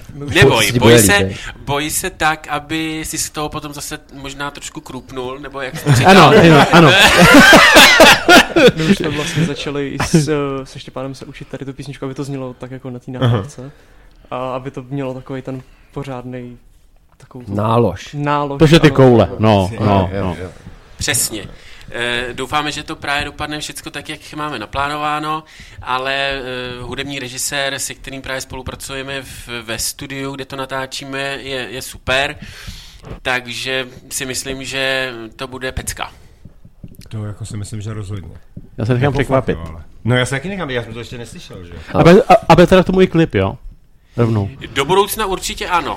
Speaker 4: Boj se tak, aby si z toho potom zase možná trošku krupnul, nebo jak jsi říkal.
Speaker 3: Ano.
Speaker 7: My už jsme vlastně začali i se Štěpánem se učit tady tu písničku, aby to znělo tak jako na té nahrávce. A aby to mělo takový ten pořádnej takovou...
Speaker 5: Nálož.
Speaker 3: Protože ty koule, no.
Speaker 4: Přesně. Doufáme, že to právě dopadne všecko tak, jak máme naplánováno, ale hudební režisér, se kterým právě spolupracujeme ve studiu, kde to natáčíme, je super, takže si myslím, že to bude pecka.
Speaker 2: To jako si myslím, že rozhodně.
Speaker 3: Já se nechám překvapit.
Speaker 2: No já se taky nechám, já jsem to ještě neslyšel, že?
Speaker 3: Aby teda k tomu i klip, jo? Rovnou.
Speaker 4: Do budoucna určitě ano.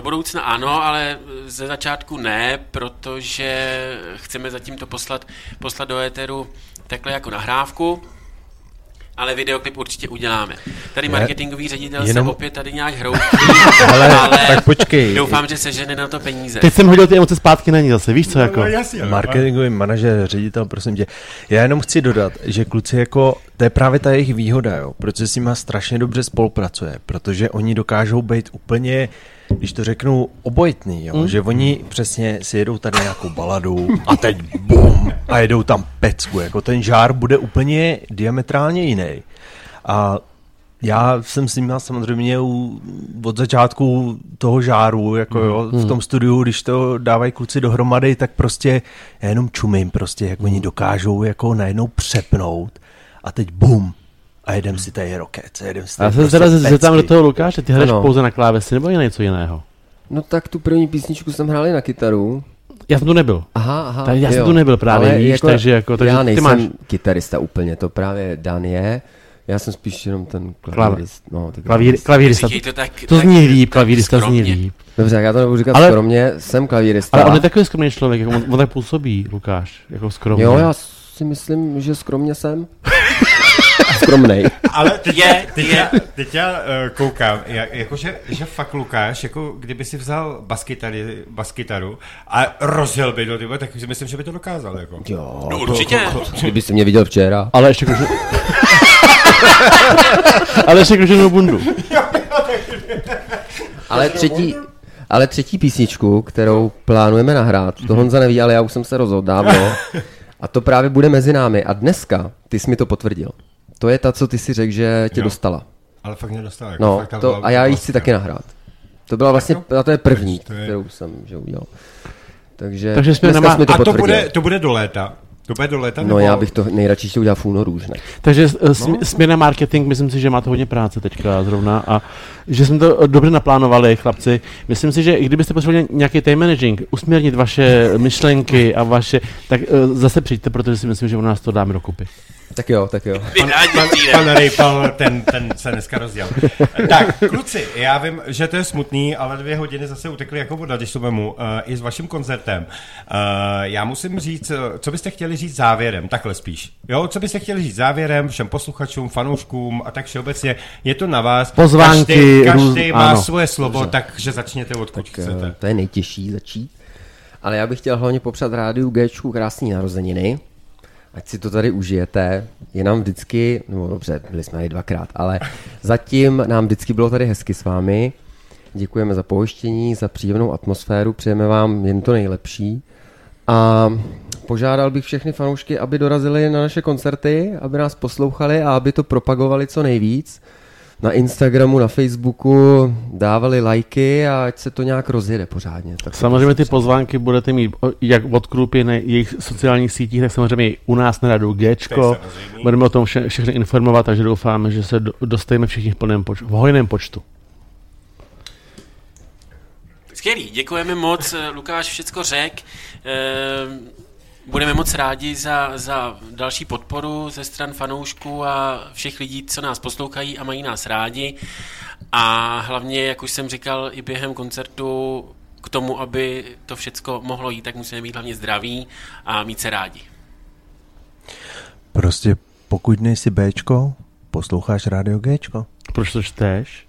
Speaker 4: Ale ze začátku ne, protože chceme zatím to poslat do éteru takhle jako nahrávku, ale videoklip určitě uděláme. Tady marketingový ředitel se opět tady nějak hroutí, ale
Speaker 6: tak počkej.
Speaker 4: Doufám, že sežene na to peníze.
Speaker 3: Teď jsem hodil ty emoce zpátky na ní zase, víš co jako?
Speaker 6: Marketingový manažer, ředitel, prosím tě. Já jenom chci dodat, že kluci jako, to je právě ta jejich výhoda, jo, protože s nima strašně dobře spolupracuje, protože oni dokážou být úplně, když to řeknu, obojitný, jo, že oni přesně si jedou tady nějakou baladu a teď bum a jedou tam pecku, jako ten žár bude úplně diametrálně jiný. A já jsem s nimi samozřejmě od začátku toho žáru, jako jo, v tom studiu, když to dávají kluci dohromady, tak prostě já jenom čumím prostě, jak oni dokážou jako najednou přepnout a teď bum a jedem si tady rokec, jedem si tady
Speaker 3: já se teda zeptám do toho Lukáše, ty hraješ pouze na klávesi nebo je něco jiného?
Speaker 5: No tak tu první písničku jsem hrál na kytaru.
Speaker 3: Já jsem tu nebyl.
Speaker 5: Aha.
Speaker 3: Tak já jsem tu nebyl právě, víš,
Speaker 5: jako,
Speaker 3: takže
Speaker 5: já nejsem
Speaker 3: ty máš...
Speaker 5: kytarista úplně, to právě Dan je. Já jsem spíš jenom ten klavírist.
Speaker 3: Klavírista. To zní líp, klavírista zní líp.
Speaker 5: Dobře, tak já to nebudu říkat skromně, jsem klavírista.
Speaker 3: Ale on je takový skromný člověk, jako on tak působí, Lukáš, jako skromný.
Speaker 5: Jo, já si myslím, že skromně jsem. Skromnej.
Speaker 2: Ale teď já koukám, jakože že fakt Lukáš, jako kdyby si vzal baskytaru a rozjel by do tyba, tak si myslím, že by to dokázal. Jako.
Speaker 5: Jo,
Speaker 4: no určitě.
Speaker 5: Kdyby jsi mě viděl včera.
Speaker 3: Ale ještě kruženou bundu.
Speaker 5: Ale třetí písničku, kterou plánujeme nahrát, to Honza neví, ale já už jsem se rozhodl dávno. A to právě bude mezi námi. A dneska ty jsi mi to potvrdil. To je ta, co ty si řekl, že tě dostala.
Speaker 2: Ale fakt mě dostala. Jako
Speaker 5: no, to, a já ji chci taky nahrát. To byla vlastně, a to je první, kterou jsem udělal. Takže dneska jsi mi to potvrdil.
Speaker 2: A to bude do léta. To bude do léta?
Speaker 5: No já bych to nejradši chtěl udělat v únoru už, ne?
Speaker 3: Takže směr na marketing, myslím si, že máte hodně práce teďka zrovna a že jsme to dobře naplánovali, chlapci. Myslím si, že i kdybyste potřebovali nějaký time managing, usměrnit vaše myšlenky a vaše, tak zase přijďte, protože si myslím, že u nás to dáme dokupy.
Speaker 5: Tak jo.
Speaker 2: Pan Rejpal, ten se dneska rozděl. Tak, kluci, já vím, že to je smutný, ale 2 hodiny zase utekly jako voda, když to vemu, i s vaším koncertem. Já musím říct, co byste chtěli říct závěrem, takhle spíš. Jo, co byste chtěli říct závěrem všem posluchačům, fanouškům a tak všeobecně, je to na vás.
Speaker 3: Pozvánky.
Speaker 2: Každý má svoje slovo, takže začněte odkud chcete.
Speaker 5: To je nejtěžší začít. Ale já bych chtěl hlavně popřát rádiu Géčku krásný narozeniny. Ať si to tady užijete, je nám vždycky, no dobře, byli jsme tady 2krát, ale zatím nám vždycky bylo tady hezky s vámi. Děkujeme za pohoštění, za příjemnou atmosféru, přejeme vám jen to nejlepší A požádal bych všechny fanoušky, aby dorazili na naše koncerty, aby nás poslouchali a aby to propagovali co nejvíc. Na Instagramu, na Facebooku dávali lajky a ať se to nějak rozjede pořádně. Tak
Speaker 3: samozřejmě ty pozvánky budete mít jak od Krupy na jejich sociálních sítích, tak samozřejmě i u nás na rádiu Géčko. Budeme o tom všechny informovat, takže doufáme, že se dostaneme všichni v hojném počtu.
Speaker 4: Skvělý, děkujeme moc, Lukáš všecko řek. Budeme moc rádi za další podporu ze stran fanoušků a všech lidí, co nás poslouchají a mají nás rádi. A hlavně, jak už jsem říkal, i během koncertu k tomu, aby to všecko mohlo jít, tak musíme být hlavně zdraví a mít se rádi.
Speaker 6: Prostě pokud nejsi Bčko, posloucháš rádio Géčko.
Speaker 3: Proč to čteš?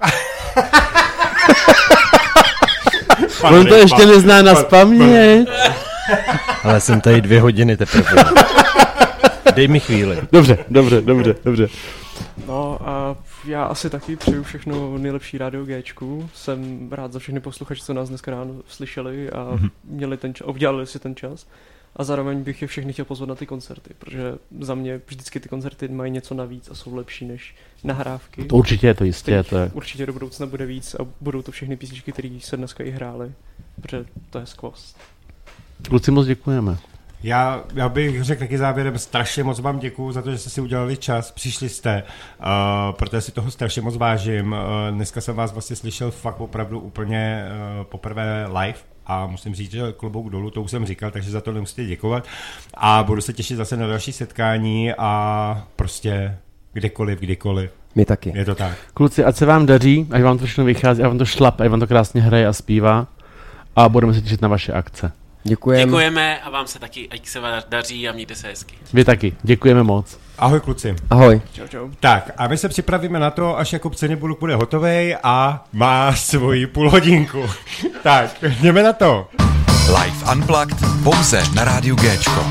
Speaker 3: On to ještě nezná nazpaměť.
Speaker 6: Ale jsem tady 2 hodiny teprve. Dej mi chvíli.
Speaker 3: Dobře.
Speaker 7: No a já asi taky přeju všechno nejlepší rádio Géčku. Jsem rád za všechny posluchače, co nás dneska ráno slyšeli a obdělali si ten čas. A zároveň bych je všechny chtěl pozvat na ty koncerty, protože za mě vždycky ty koncerty mají něco navíc a jsou lepší než nahrávky.
Speaker 3: To určitě je to jistě.
Speaker 7: Určitě do budoucna bude víc a budou to všechny písničky, které se dneska i hrály, protože to je skvost.
Speaker 3: Kluci, moc děkujeme.
Speaker 2: Já bych řekl taky závěrem, strašně moc vám děkuju za to, že jste si udělali čas, přišli jste, protože si toho strašně moc vážím. Dneska jsem vás vlastně slyšel fakt opravdu úplně poprvé live a musím říct, že klobouk dolů, to už jsem říkal, takže za to nemusíte děkovat a budu se těšit zase na další setkání a prostě kdykoliv.
Speaker 5: My taky.
Speaker 2: Je to tak.
Speaker 3: Kluci, ať se vám daří, ať vám to všechno vychází, ať vám to šlape, ať vám to krásně hraje a zpívá a budeme se těšit na vaše akce.
Speaker 4: Děkujeme a vám se taky, ať se vám daří a mějte se hezky.
Speaker 3: Vy taky, děkujeme moc.
Speaker 2: Ahoj kluci.
Speaker 5: Ahoj.
Speaker 7: Čau.
Speaker 2: Tak a my se připravíme na to, až Jakub Cenibuluk bude hotovej a má svoji půlhodinku. Tak, jdeme na to.
Speaker 1: Live Unplugged pouze na rádiu Géčko.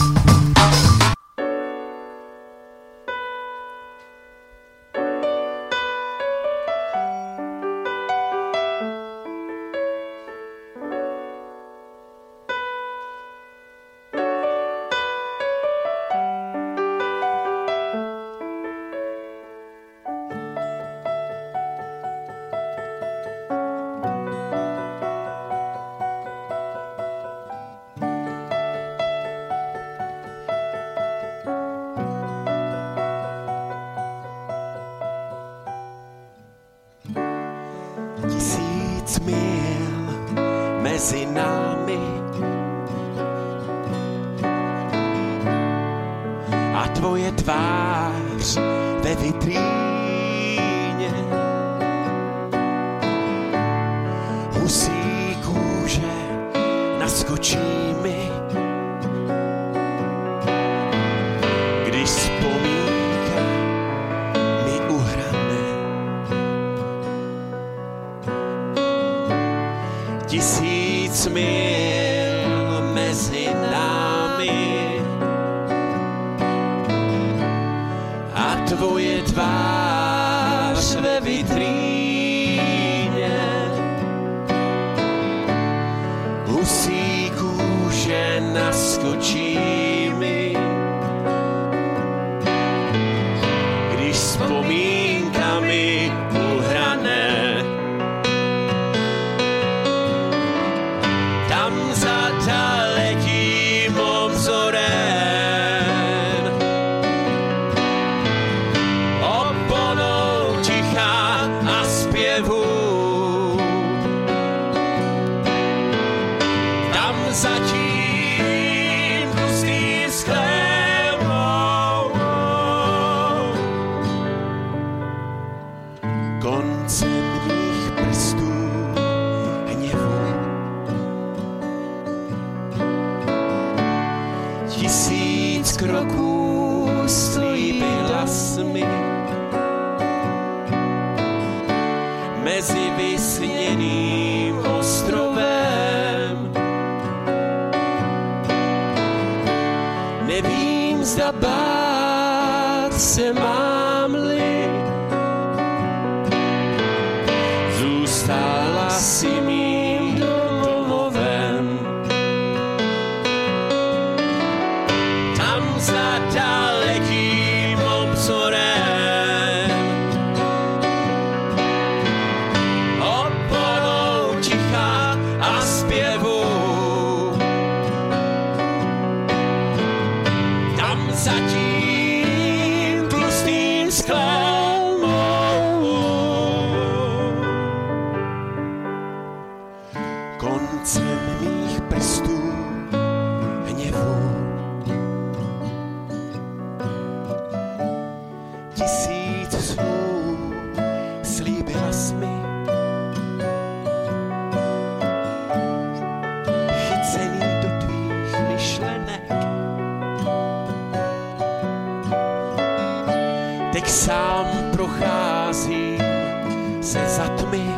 Speaker 10: mezi námi a tvoje tvář ve vitríně husí kůže naskočí mi, když vzpomínka mi uhrane. Tisíc mil mezi námi a tvoje tvář ve vitríně husí kůže naskočí mi, když vzpomínka mi uhrane. Tam za dalekým obzorem oponou ticha a zpěvu, tam za tím pustým sklepou koncem mých prstů hněvu. Tisíc kroků stojí hlasmi mezi vysněným ostrovem. Nevím, zda bát se mám-li, zůstala si mým domovem.
Speaker 4: teď sám procházím se za tmy.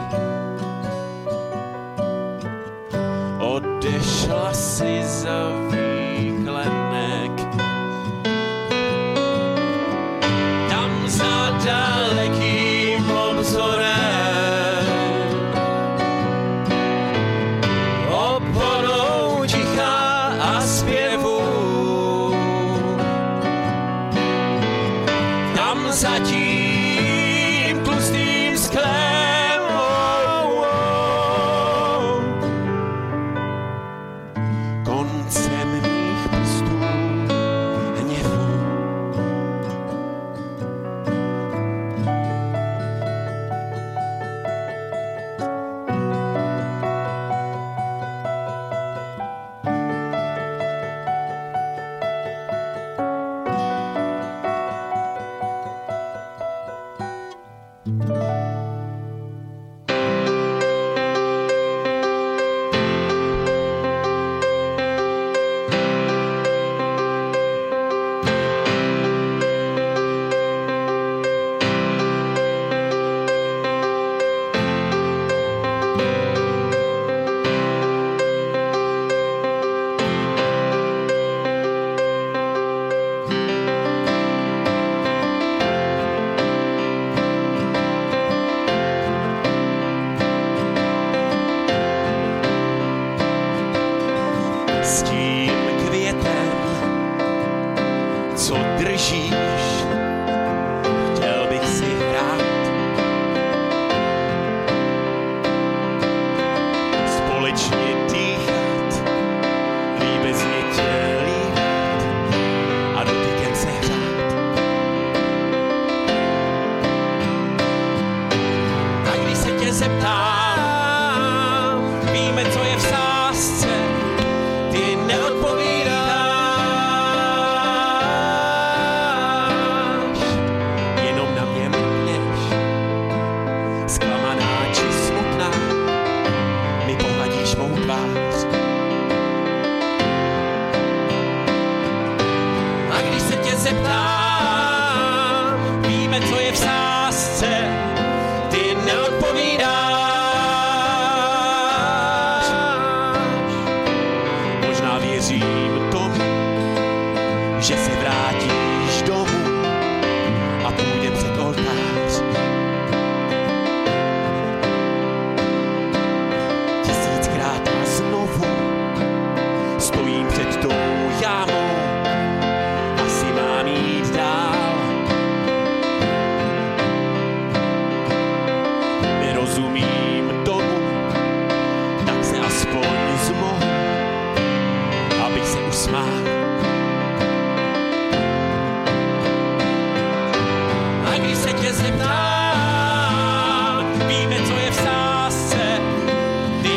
Speaker 4: Odešla si za výklenek, tam za dalekým obzorem, oponou ticha a zpěvu, tam za tím tlustým sklem. Koncem mých prstů hněvu. S tím květem, co držíš, chtěl bych si hrát. Společně dýchat, líbezně tě líbat a dotykem se hřát. A když se tě zeptám, víme, co je v sázce, ty neodpovídáš, jenom na mě mrkneš, zklamaná či smutná, mi pohladíš mou tvář. A když se tě zeptám, víme, co je v sázce, ty neodpovídáš, možná věřím tomu, že se vrátíš domů a půjdem před oltář. Tisíckrát a znovu stojím před tou jámou, asi mám jít dál. Nerozumím tomu, tak se aspoň zmohu, abych se usmál. A když se tě zeptám, víme, co je v sázce, ty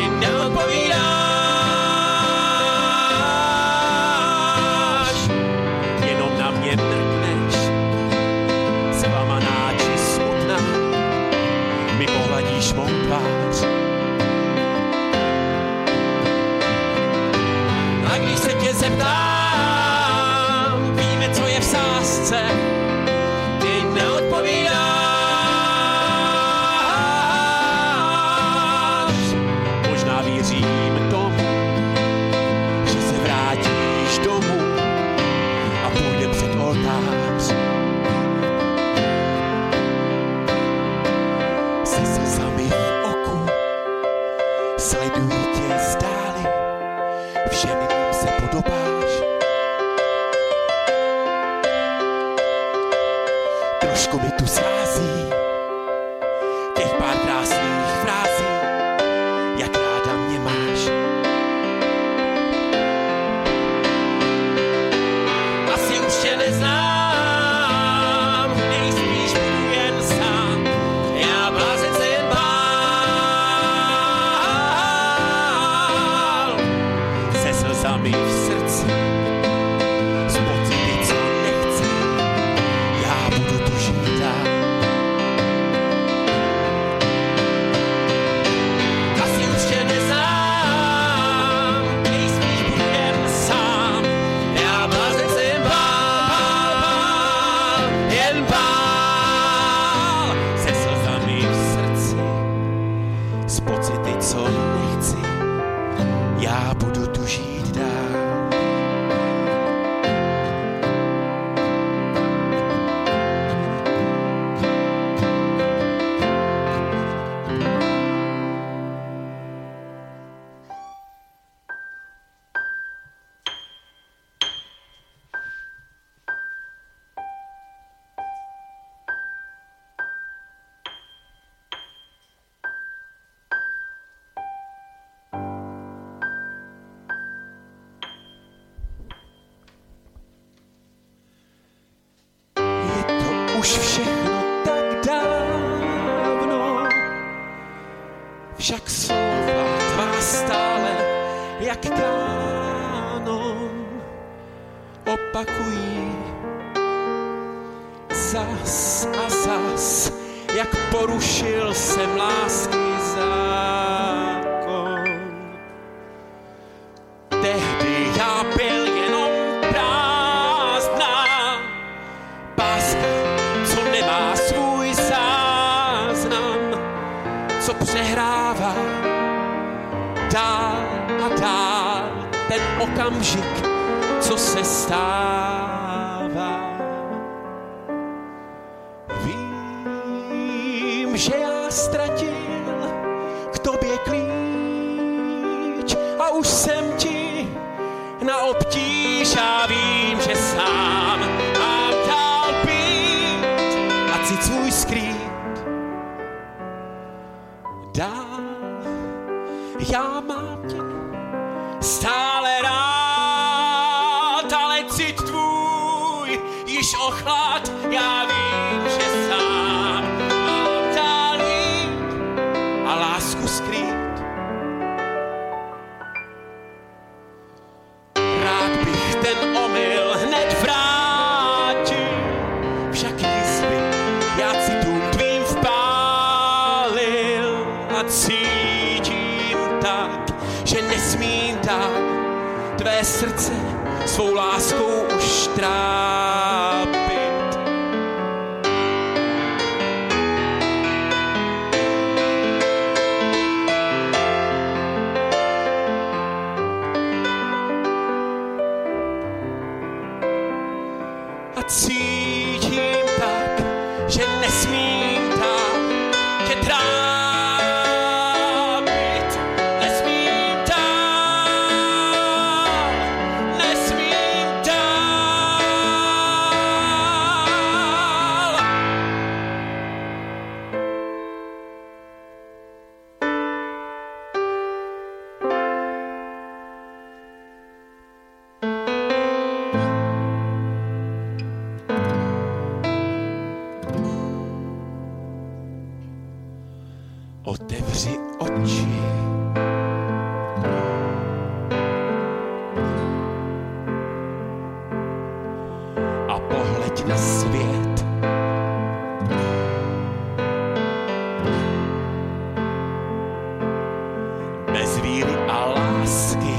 Speaker 4: neodpovídáš, jenom na mě mrkneš, zklamaná či smutná, mi pohladíš mou tvář. A když se tě zeptám, víme, co je v sázce, ty neodpovídáš, možná věřím tomu, že se vrátíš domů a půjdem před oltář. Se slzami v oku sleduji tě zdáli, všem jim se podobáš. Trošku mi tu sází těch pár krásných frází, jak ráda mě máš. Asi už tě neznám, nejspíš budu jen sám, já blázen se jen bál. Se slzami v srdci, s pocity, co nechci, já budu tužit dál. Asi už tě neznám, nejspíš budu jen sám, já blázen se jen bál, jen bál.
Speaker 11: už všechno tak dávno, však slova tvá stále jak kánon opakují zas a zas, jak porušil jsem lásky zákon. Tehdy já byl jenom prázdná páska, co nemá svůj záznam, co přehrává dál a dál ten okamžik, co se stává. Vím, že já ztratil k tobě klíč a už jsem ti na obtíž a vím, že sám mám dál být a cít svůj skrýt dál. Já mám tě stále rád, ale cit tvůj již ochlad, já vím, že sám mám dál jít a lásku skrýt. Rád bych ten omyl hned vrátil, však jistý já citům tvým vpálil a cítím tak, že nesmím dál tvé srdce svou láskou už trápit. A cítím tak, že nesmím dál tě trápit. Otevři oči. A pohleď na svět. Bez víry a lásky.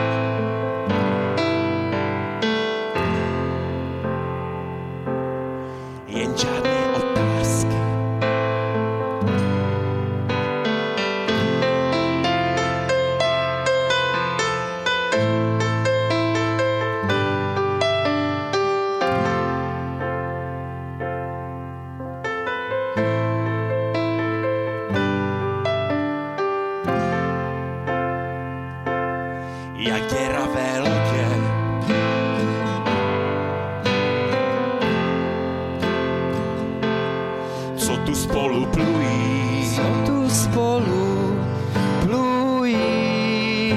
Speaker 11: Jen žádné otázky. Jak děravé lodě. Co tu spolu plují.
Speaker 9: Co tu spolu plují.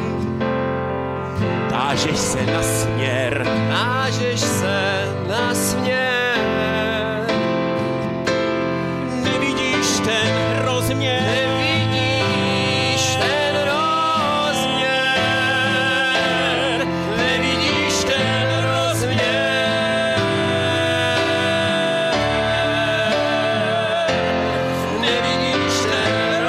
Speaker 11: Tážeš se na směr.
Speaker 9: Tážeš se na směr.
Speaker 11: Nevidíš ten rozměr.
Speaker 9: Nevidíš ten rozměr. Nevidíš ten rozměr. Nevidíš ten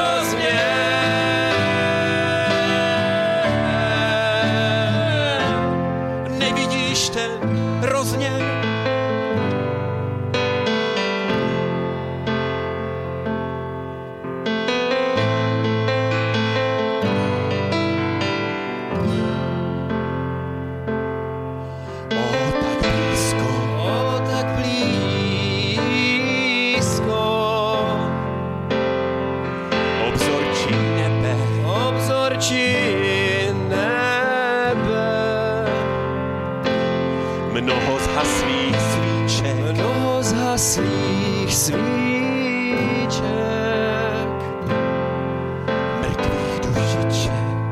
Speaker 9: rozměr.
Speaker 11: Nevidíš ten rozměr. Mnoho zhaslých svíček.
Speaker 9: Mnoho zhaslých svíček.
Speaker 11: Mrtvých dušiček.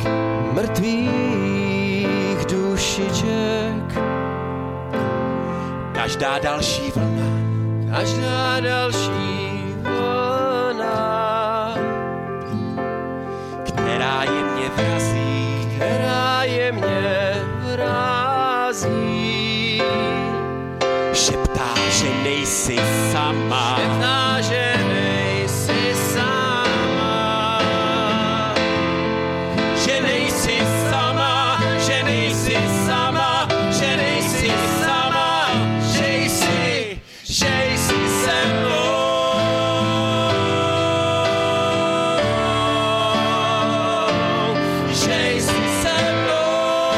Speaker 9: Mrtvých dušiček.
Speaker 11: Každá další vlna. každá další vlna, která jemně vrazí, šeptá, že nejsi sama, šeptá, že nejsi sama, že nejsi sama, že nejsi sama, že nejsi sama, že jsi se mnou. Že jsi se mnou.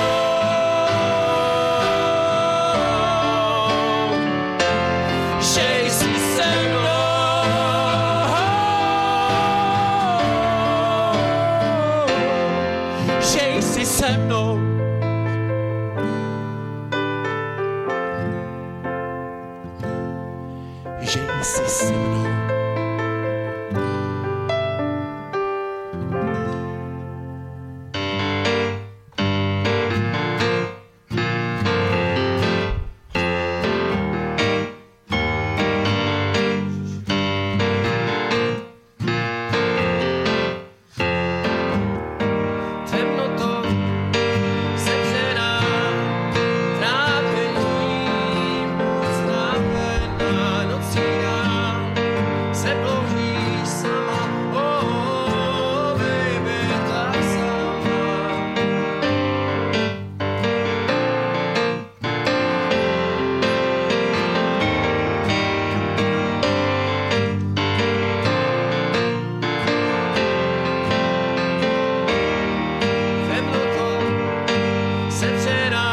Speaker 11: Že jsi se mnou. Že jsi se mnou. Že jsi se mnou. Temnotou sevřená, trápením uznavená, nocí dál se bloužíš sama, oh baby, tak sama. Temnotou sevřená,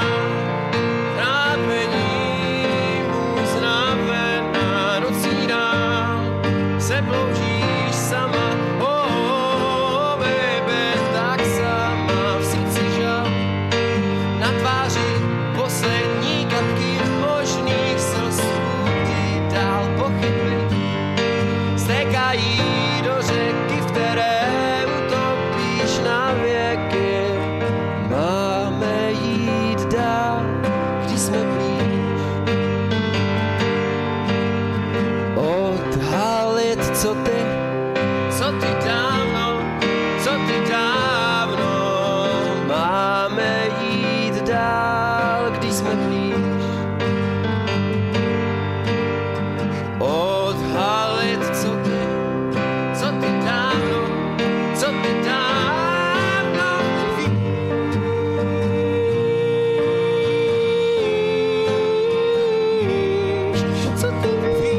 Speaker 11: trápením uznavená, nocí dál se bloužíš sama, oh baby, tak sama. V srdci žal, na tváři poslední kapky možných slz, ty dál pochyby stékají do řeky, v které utopíš na věky. Máme jít dál, když jsme blíž, odhalit, co ty dávno, máme jít dál, když jsme blíž, odhalit, co ty dávno, víš, co ty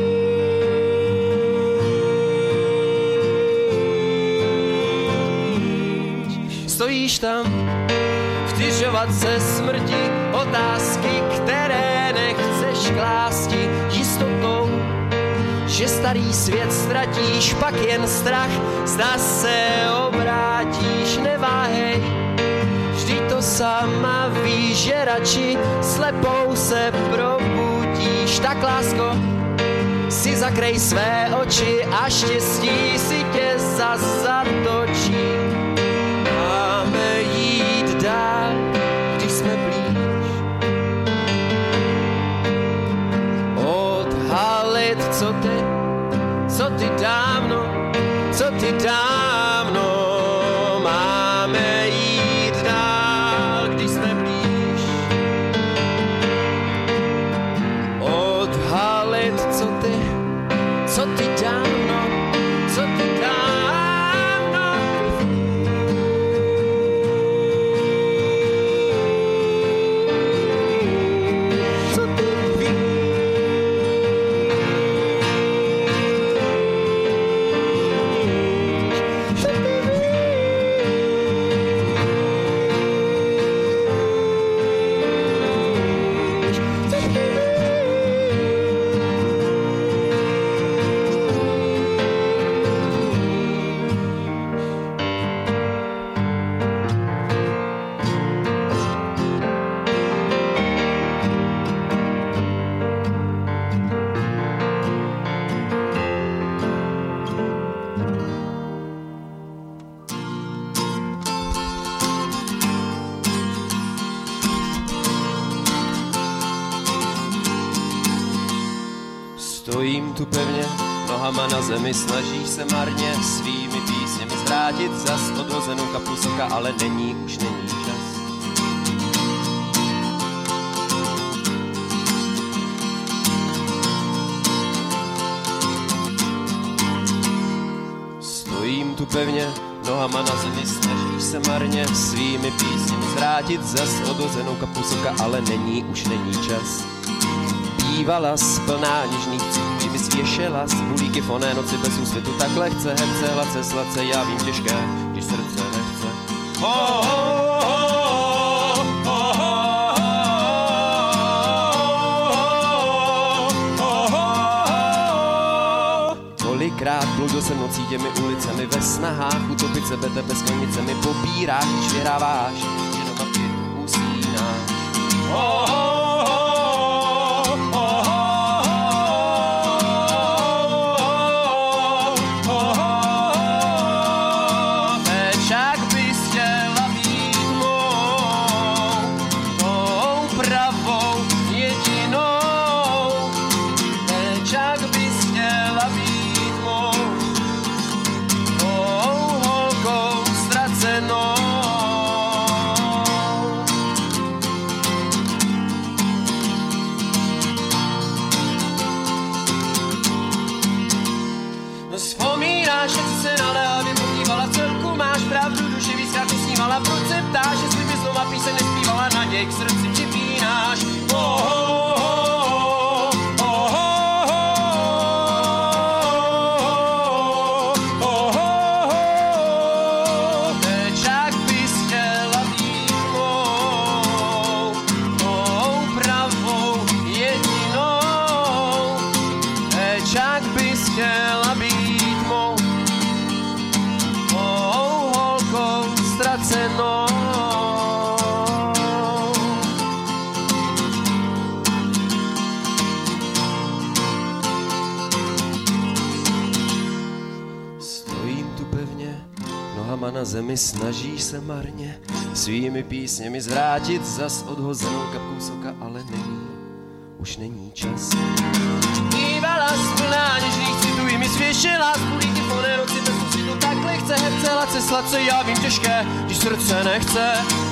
Speaker 11: víš. Stojíš tam v tyřovatce smrti, otázky, které nechceš klásti, jistotou, že starý svět ztratíš, pak jen strach, zda se obrátíš, neváhej, vždyť to sama víš, že radši slepou se probudíš. Tak lásko, si zakrej své oči a štěstí si tě zatočí. Máme jít dál, když jsme blíž, odhalit, co ty dávno, máme jít dál, když jsme blíž, odhalit, co ty dávno,
Speaker 12: Stojím tu pevně, nohama na zemi, snažíš se marně svými písněmi zvrátit zas odhozenou kapu soka, ale už není čas. Stojím tu pevně, nohama na zemi, snažíš se marně svými písněmi zvrátit zas odhozenou kapu soka, ale už není čas. Bývala plná něžných cítí, vysvěšela bulíky v oné noci bez úsvitu, tak lehce, herce, hladce, sladce, já vím těžké, když srdce nechce. Kolikrát bludil jsem nocí těmi ulicemi ve snahách utopit sebe tebe s klemnicemi, pobíráš, když vyhráváš, jenom a ty usínáš. Proč se ptáš, jestli bys znova píseň nespívala, naděj k srdci připínáš. Teď jak bys chtěla být mou, tou pravou jedinou. Teď jak bys chtěla být mou holkou ztracenou. Stojím tu pevně, nohama na zemi, snažíš se marně svými písněmi zvrátit zas odhozenou kapkou soka, ale už není čas. Bývala plná něžných citů, mi svěšila z bulíky v oné noci bez úsvitu, tak lehce, herce, hladce, sladce, já vím těžké, když srdce nechce.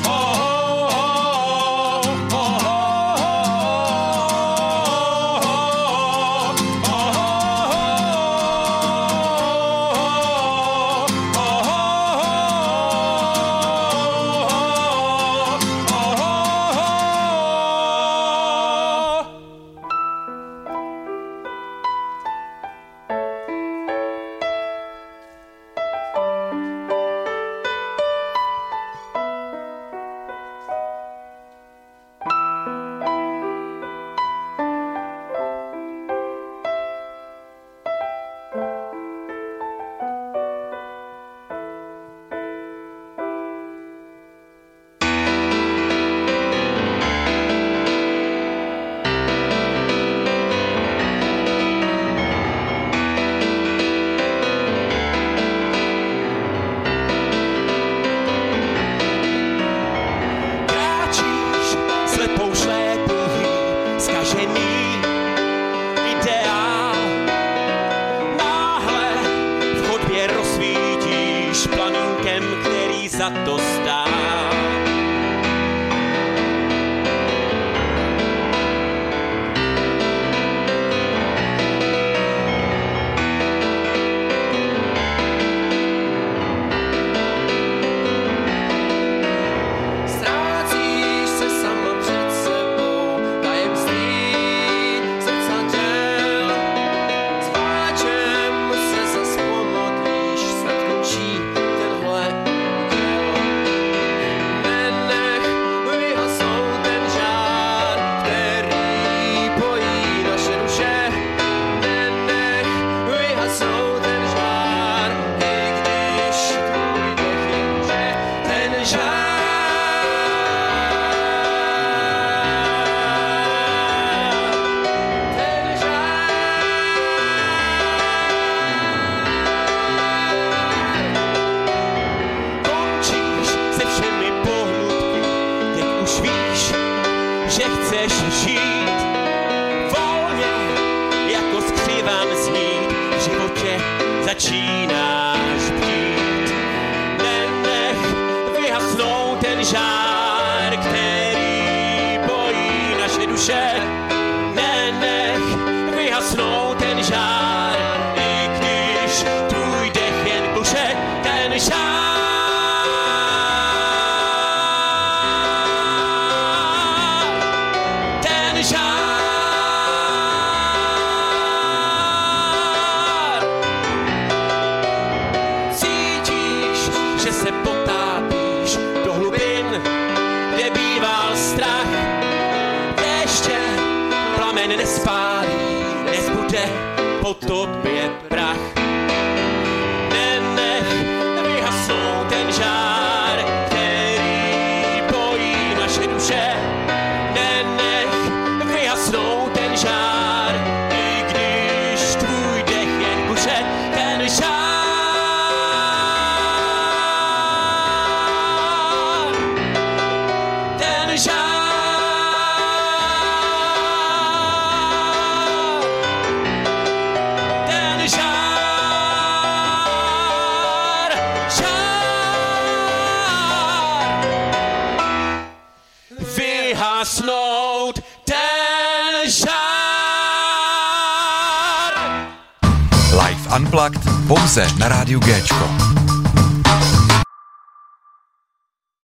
Speaker 11: Za to stát.
Speaker 12: Ztrácíš se sama před sebou, tajemství srdca děl. S pláčem se zas pomodlíš, snad končí tenhle úděl.
Speaker 11: ten žár, i když tvůj dech jen buše, ten žár. Ten žár. Cítíš, že se potápíš do hlubin, kde býval strach. Ještě plamen nespálí, nezbude po tobě prach. Nenech vyhasnout ten žár, který bojí naše duše. Nenech vyhasnout ten žár, i když tvůj dech jen buře. Ten žár. Ten žár. Ten žár. Žár. Vyhasnout ten žár.
Speaker 1: Live Unplugged pouze na rádiu Géčko.